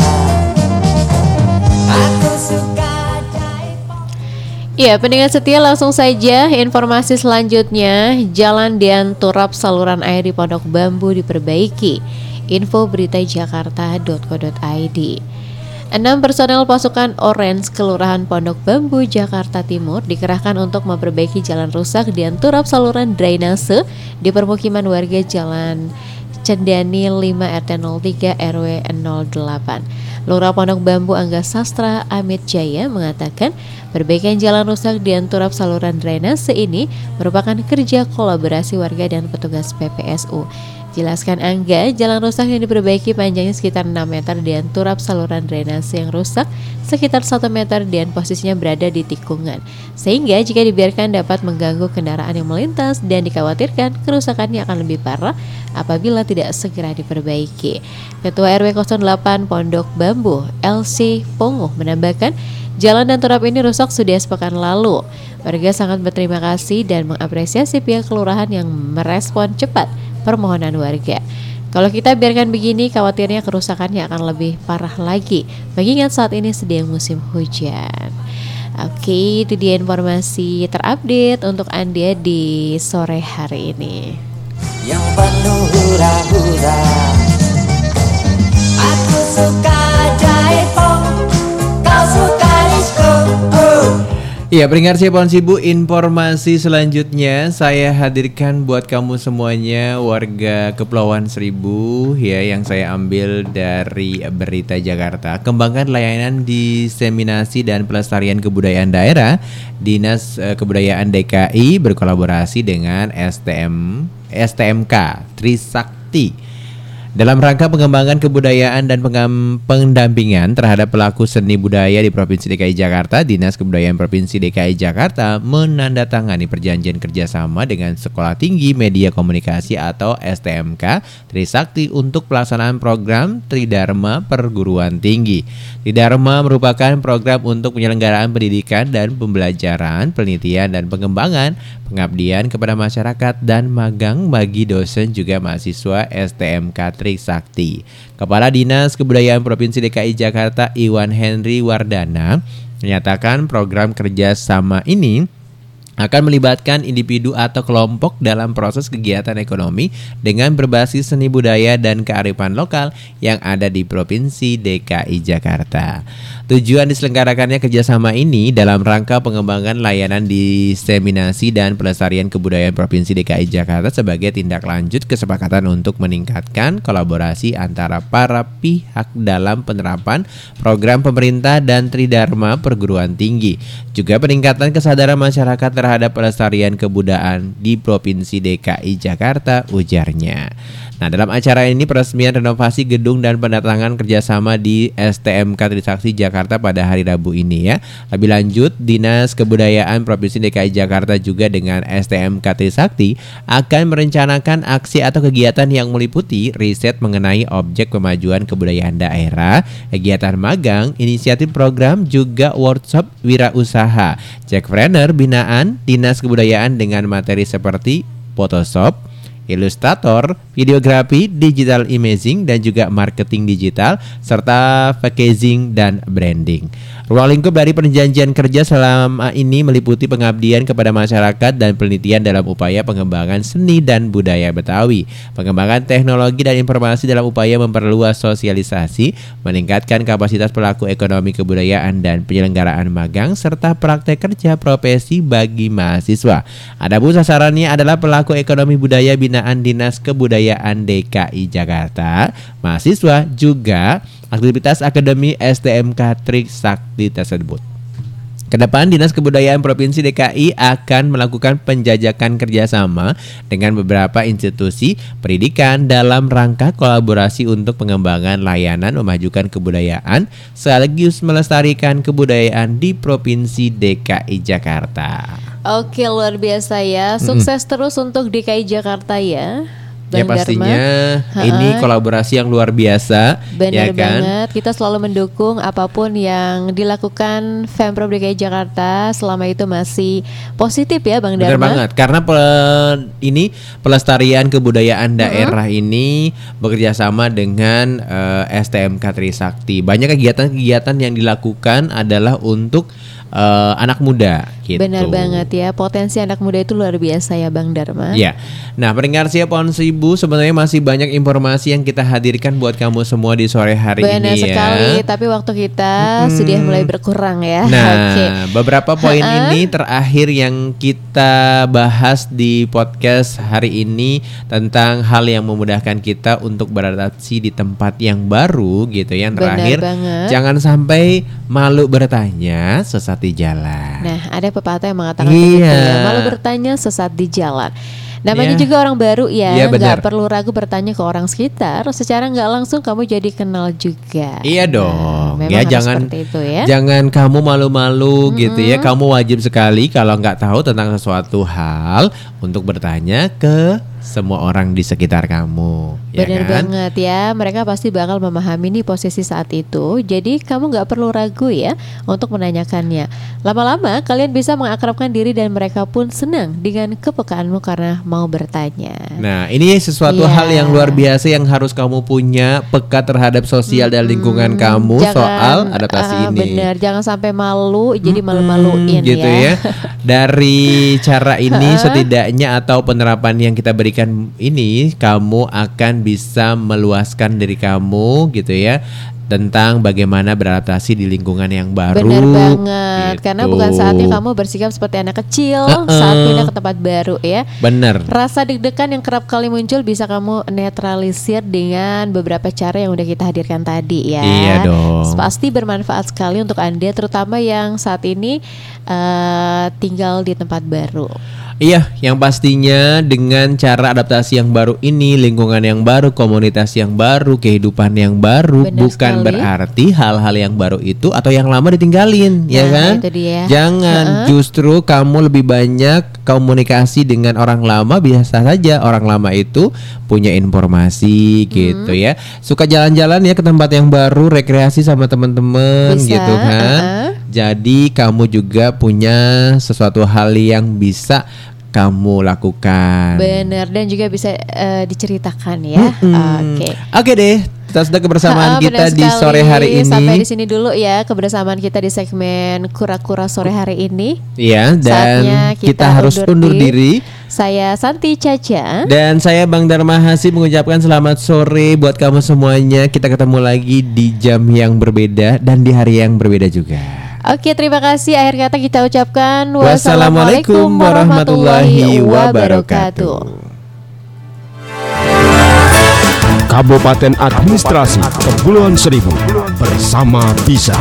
Aku suka jaipong. Ya, pendengar setia, langsung saja informasi selanjutnya. Jalan dan turap saluran air di Pondok Bambu diperbaiki. Info berita jakarta titik co titik i d. Enam personel pasukan Orange Kelurahan Pondok Bambu, Jakarta Timur dikerahkan untuk memperbaiki jalan rusak dan turap saluran drainase di permukiman warga Jalan Cendani lima R T nol tiga R W nol delapan. Lurah Pondok Bambu Angga Sastra Amit Jaya mengatakan perbaikan jalan rusak dan turap saluran drainase ini merupakan kerja kolaborasi warga dan petugas P P S U. Jelaskan Angga, jalan rusak yang diperbaiki panjangnya sekitar enam meter dan turap saluran drainase yang rusak sekitar satu meter dan posisinya berada di tikungan. Sehingga jika dibiarkan dapat mengganggu kendaraan yang melintas dan dikhawatirkan kerusakannya akan lebih parah apabila tidak segera diperbaiki. Ketua R W nol delapan Pondok Bambu, L C Ponguh menambahkan, jalan dan turap ini rusak sudah sepekan lalu. Warga sangat berterima kasih dan mengapresiasi pihak kelurahan yang merespon cepat permohonan warga. Kalau kita biarkan begini, khawatirnya kerusakannya akan lebih parah lagi, mengingat saat ini sedang musim hujan. Oke, itu dia informasi terupdate untuk Anda di sore hari ini. Yang penuh hura-hura. Aku suka jaipong, kau suka disco. Oh. Iya, pendengar Kepulauan Seribu, informasi selanjutnya saya hadirkan buat kamu semuanya warga Kepulauan Seribu ya, yang saya ambil dari Berita Jakarta. Kembangkan layanan diseminasi dan pelestarian kebudayaan daerah. Dinas uh, Kebudayaan D K I berkolaborasi dengan S T M S T M K Trisakti Dalam rangka pengembangan kebudayaan dan pengam- pendampingan terhadap pelaku seni budaya di Provinsi D K I Jakarta, Dinas Kebudayaan Provinsi D K I Jakarta menandatangani perjanjian kerjasama dengan Sekolah Tinggi Media Komunikasi atau S T M K Trisakti untuk pelaksanaan program Tridharma Perguruan Tinggi. Tridharma merupakan program untuk penyelenggaraan pendidikan dan pembelajaran, penelitian dan pengembangan, pengabdian kepada masyarakat dan magang bagi dosen juga mahasiswa S T M K Trisakti. Kepala Dinas Kebudayaan Provinsi D K I Jakarta Iwan Henry Wardana menyatakan program kerjasama ini akan melibatkan individu atau kelompok dalam proses kegiatan ekonomi dengan berbasis seni budaya dan kearifan lokal yang ada di Provinsi D K I Jakarta. Tujuan diselenggarakannya kerjasama ini dalam rangka pengembangan layanan diseminasi dan pelestarian kebudayaan Provinsi D K I Jakarta sebagai tindak lanjut kesepakatan untuk meningkatkan kolaborasi antara para pihak dalam penerapan program pemerintah dan Tridharma Perguruan Tinggi. Juga peningkatan kesadaran masyarakat terhadap pelestarian kebudayaan di Provinsi D K I Jakarta, ujarnya. Nah, dalam acara ini peresmian renovasi gedung dan pendatangan kerjasama di S T M K Trisakti Jakarta pada hari Rabu ini ya. Lebih lanjut, Dinas Kebudayaan Provinsi D K I Jakarta juga dengan S T M K Trisakti akan merencanakan aksi atau kegiatan yang meliputi riset mengenai objek pemajuan kebudayaan daerah, kegiatan magang, inisiatif program, juga workshop wirausaha, cekpreneur binaan Dinas Kebudayaan dengan materi seperti Photoshop, ilustrator, videografi, digital imaging, dan juga marketing digital, serta packaging dan branding. Ruang lingkup dari perjanjian kerja selama ini meliputi pengabdian kepada masyarakat dan penelitian dalam upaya pengembangan seni dan budaya Betawi, pengembangan teknologi dan informasi dalam upaya memperluas sosialisasi, meningkatkan kapasitas pelaku ekonomi kebudayaan dan penyelenggaraan magang, serta praktek kerja profesi bagi mahasiswa. Adapun sasarannya adalah pelaku ekonomi budaya binaan Dinas Kebudayaan D K I Jakarta, mahasiswa, juga aktivitas akademi S T M K Trisakti tersebut. Kedepan Dinas Kebudayaan Provinsi D K I akan melakukan penjajakan kerjasama dengan beberapa institusi pendidikan dalam rangka kolaborasi untuk pengembangan layanan memajukan kebudayaan sekaligus melestarikan kebudayaan di Provinsi D K I Jakarta. Oke, luar biasa ya. Sukses mm-hmm. terus untuk D K I Jakarta ya. Ya pastinya Dharma. Ini kolaborasi yang luar biasa. Benar ya kan? banget. Kita selalu mendukung apapun yang dilakukan Pemprov D K I Jakarta selama itu masih positif ya Bang Dharma. Benar banget. Karena pe- ini pelestarian kebudayaan daerah uh-huh. ini bekerja sama dengan uh, S T M K Trisakti. Banyak kegiatan-kegiatan yang dilakukan adalah untuk uh, anak muda gitu. Benar banget ya. Potensi anak muda itu luar biasa ya Bang Dharma. Ya. Nah, pendengar Siap Pohon Seribu, sebenarnya masih banyak informasi yang kita hadirkan buat kamu semua di sore hari Benar ini ya. Benar sekali, tapi waktu kita hmm. sudah mulai berkurang ya. Nah, okay. beberapa poin ini terakhir yang kita bahas di podcast hari ini tentang hal yang memudahkan kita untuk beradaptasi di tempat yang baru gitu ya. Yang terakhir, jangan sampai malu bertanya sesat di jalan. Nah, ada pepatah yang mengatakan iya. begitu ya, malu bertanya sesat di jalan. Namanya ya. juga orang baru ya, ya nggak perlu ragu bertanya ke orang sekitar. Secara nggak langsung kamu jadi kenal juga. Iya dong. Nah, ya jangan itu ya. Jangan kamu malu-malu mm-hmm. gitu ya. Kamu wajib sekali kalau nggak tahu tentang sesuatu hal untuk bertanya ke semua orang di sekitar kamu. Benar ya kan? banget ya. Mereka pasti bakal memahami nih posisi saat itu. Jadi kamu nggak perlu ragu ya untuk menanyakannya. Lama-lama kalian bisa mengakrabkan diri dan mereka pun senang dengan kepekaanmu karena mau bertanya. Nah, ini sesuatu yeah. hal yang luar biasa yang harus kamu punya, peka terhadap sosial hmm, dan lingkungan kamu jangan, soal adaptasi uh, ini. Benar, jangan sampai malu jadi hmm, malu-maluin gitu ya. ya. Dari cara ini setidaknya atau penerapan yang kita berikan ini, kamu akan bisa meluaskan diri kamu gitu ya, tentang bagaimana beradaptasi di lingkungan yang baru. Benar banget, gitu. Karena bukan saatnya kamu bersikap seperti anak kecil uh-uh. saat pindah ke tempat baru ya. Benar. Rasa deg-degan yang kerap kali muncul bisa kamu netralisir dengan beberapa cara yang udah kita hadirkan tadi ya. Iya dong. Pasti bermanfaat sekali untuk Anda, terutama yang saat ini uh, tinggal di tempat baru. Iya, yang pastinya dengan cara adaptasi yang baru ini, lingkungan yang baru, komunitas yang baru, kehidupan yang baru, Benar bukan sekali. berarti hal-hal yang baru itu atau yang lama ditinggalin, ya Nah, kan? itu dia. Jangan, Uh-uh. justru kamu lebih banyak komunikasi dengan orang lama, biasa saja orang lama itu punya informasi gitu Hmm. ya. Suka jalan-jalan ya ke tempat yang baru, rekreasi sama teman-teman Bisa, gitu kan. uh-uh. Jadi kamu juga punya sesuatu hal yang bisa kamu lakukan. Bener, dan juga bisa eh, diceritakan ya. Hmm. Oke. Oke deh, kita sudah kebersamaan Ha-ha, kita benar di sekali. sore hari ini. Sampai di sini dulu ya kebersamaan kita di segmen Kura-Kura sore hari ini. Iya, dan Saatnya kita, kita harus undur undur diri. diri. Saya Santi Caca. Dan saya Bang Dharma Hasib mengucapkan selamat sore buat kamu semuanya. Kita ketemu lagi di jam yang berbeda dan di hari yang berbeda juga. Oke, terima kasih. Akhir kata kita ucapkan Wassalamualaikum warahmatullahi wabarakatuh. Kabupaten Administrasi Kepulauan Seribu bersama Bisa.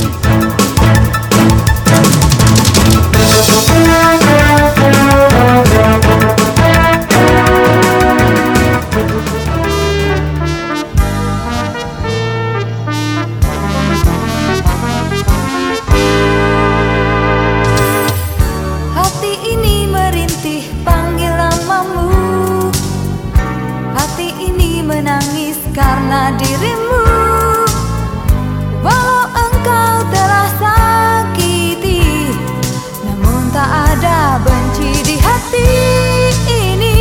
Hati ini merintih panggil namamu. Hati ini menangis karena dirimu. Walau engkau telah sakiti, namun tak ada benci di hati ini.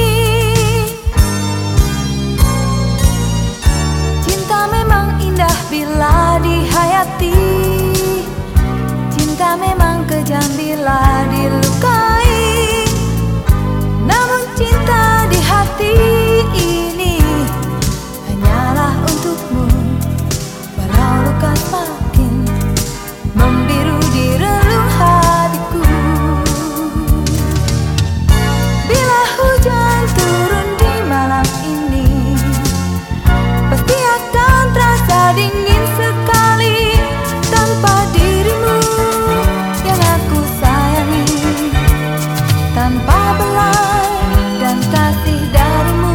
Cinta memang indah bila dihayati. Cinta memang kejam bila dilukai. Namun cinta di hati ini hanyalah untukmu. Walau luka semakin membiru di relung hatiku. Bila hujan turun di malam ini, pasti akan terasa dingin sekali tanpa dirimu yang aku sayangi, tanpa belai dan kasih darimu.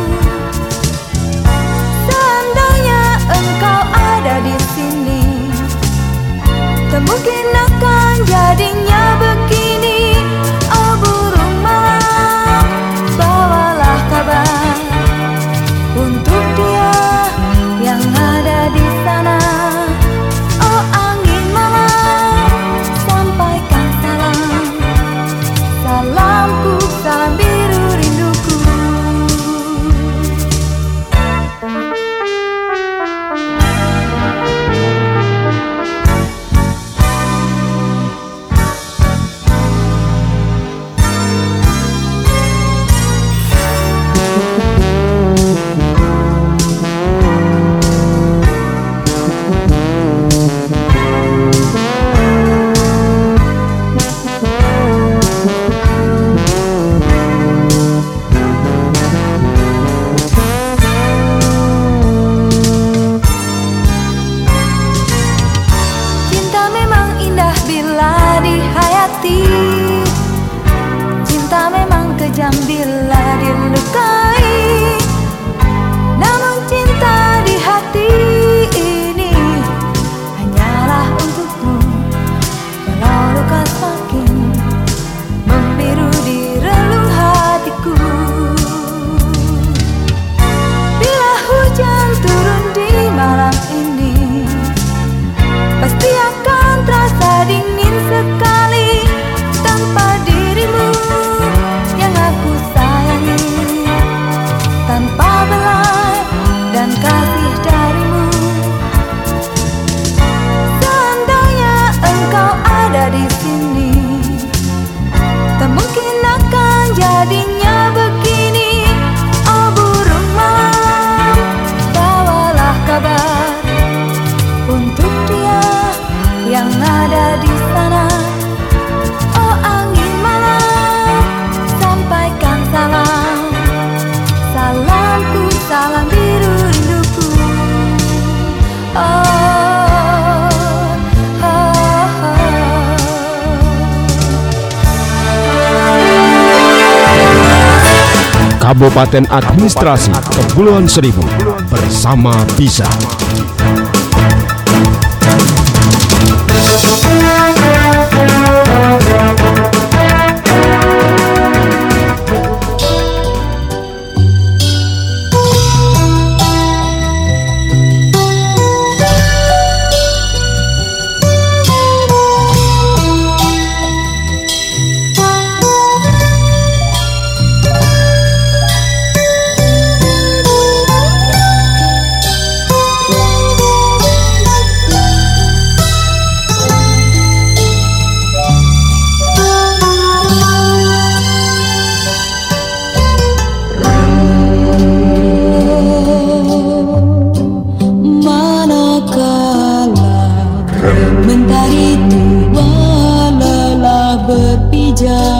Seandainya engkau ada di sini, tak mungkin akan jadinya begini. Oh burung malam, bawalah kabar untuk dia yang ada di sana. Oh angin malam, sampaikan salam, salamku, salam biru rinduku. Kabupaten Administrasi Kepulauan Seribu bersama Bisa. Mentari tua lelah berpijak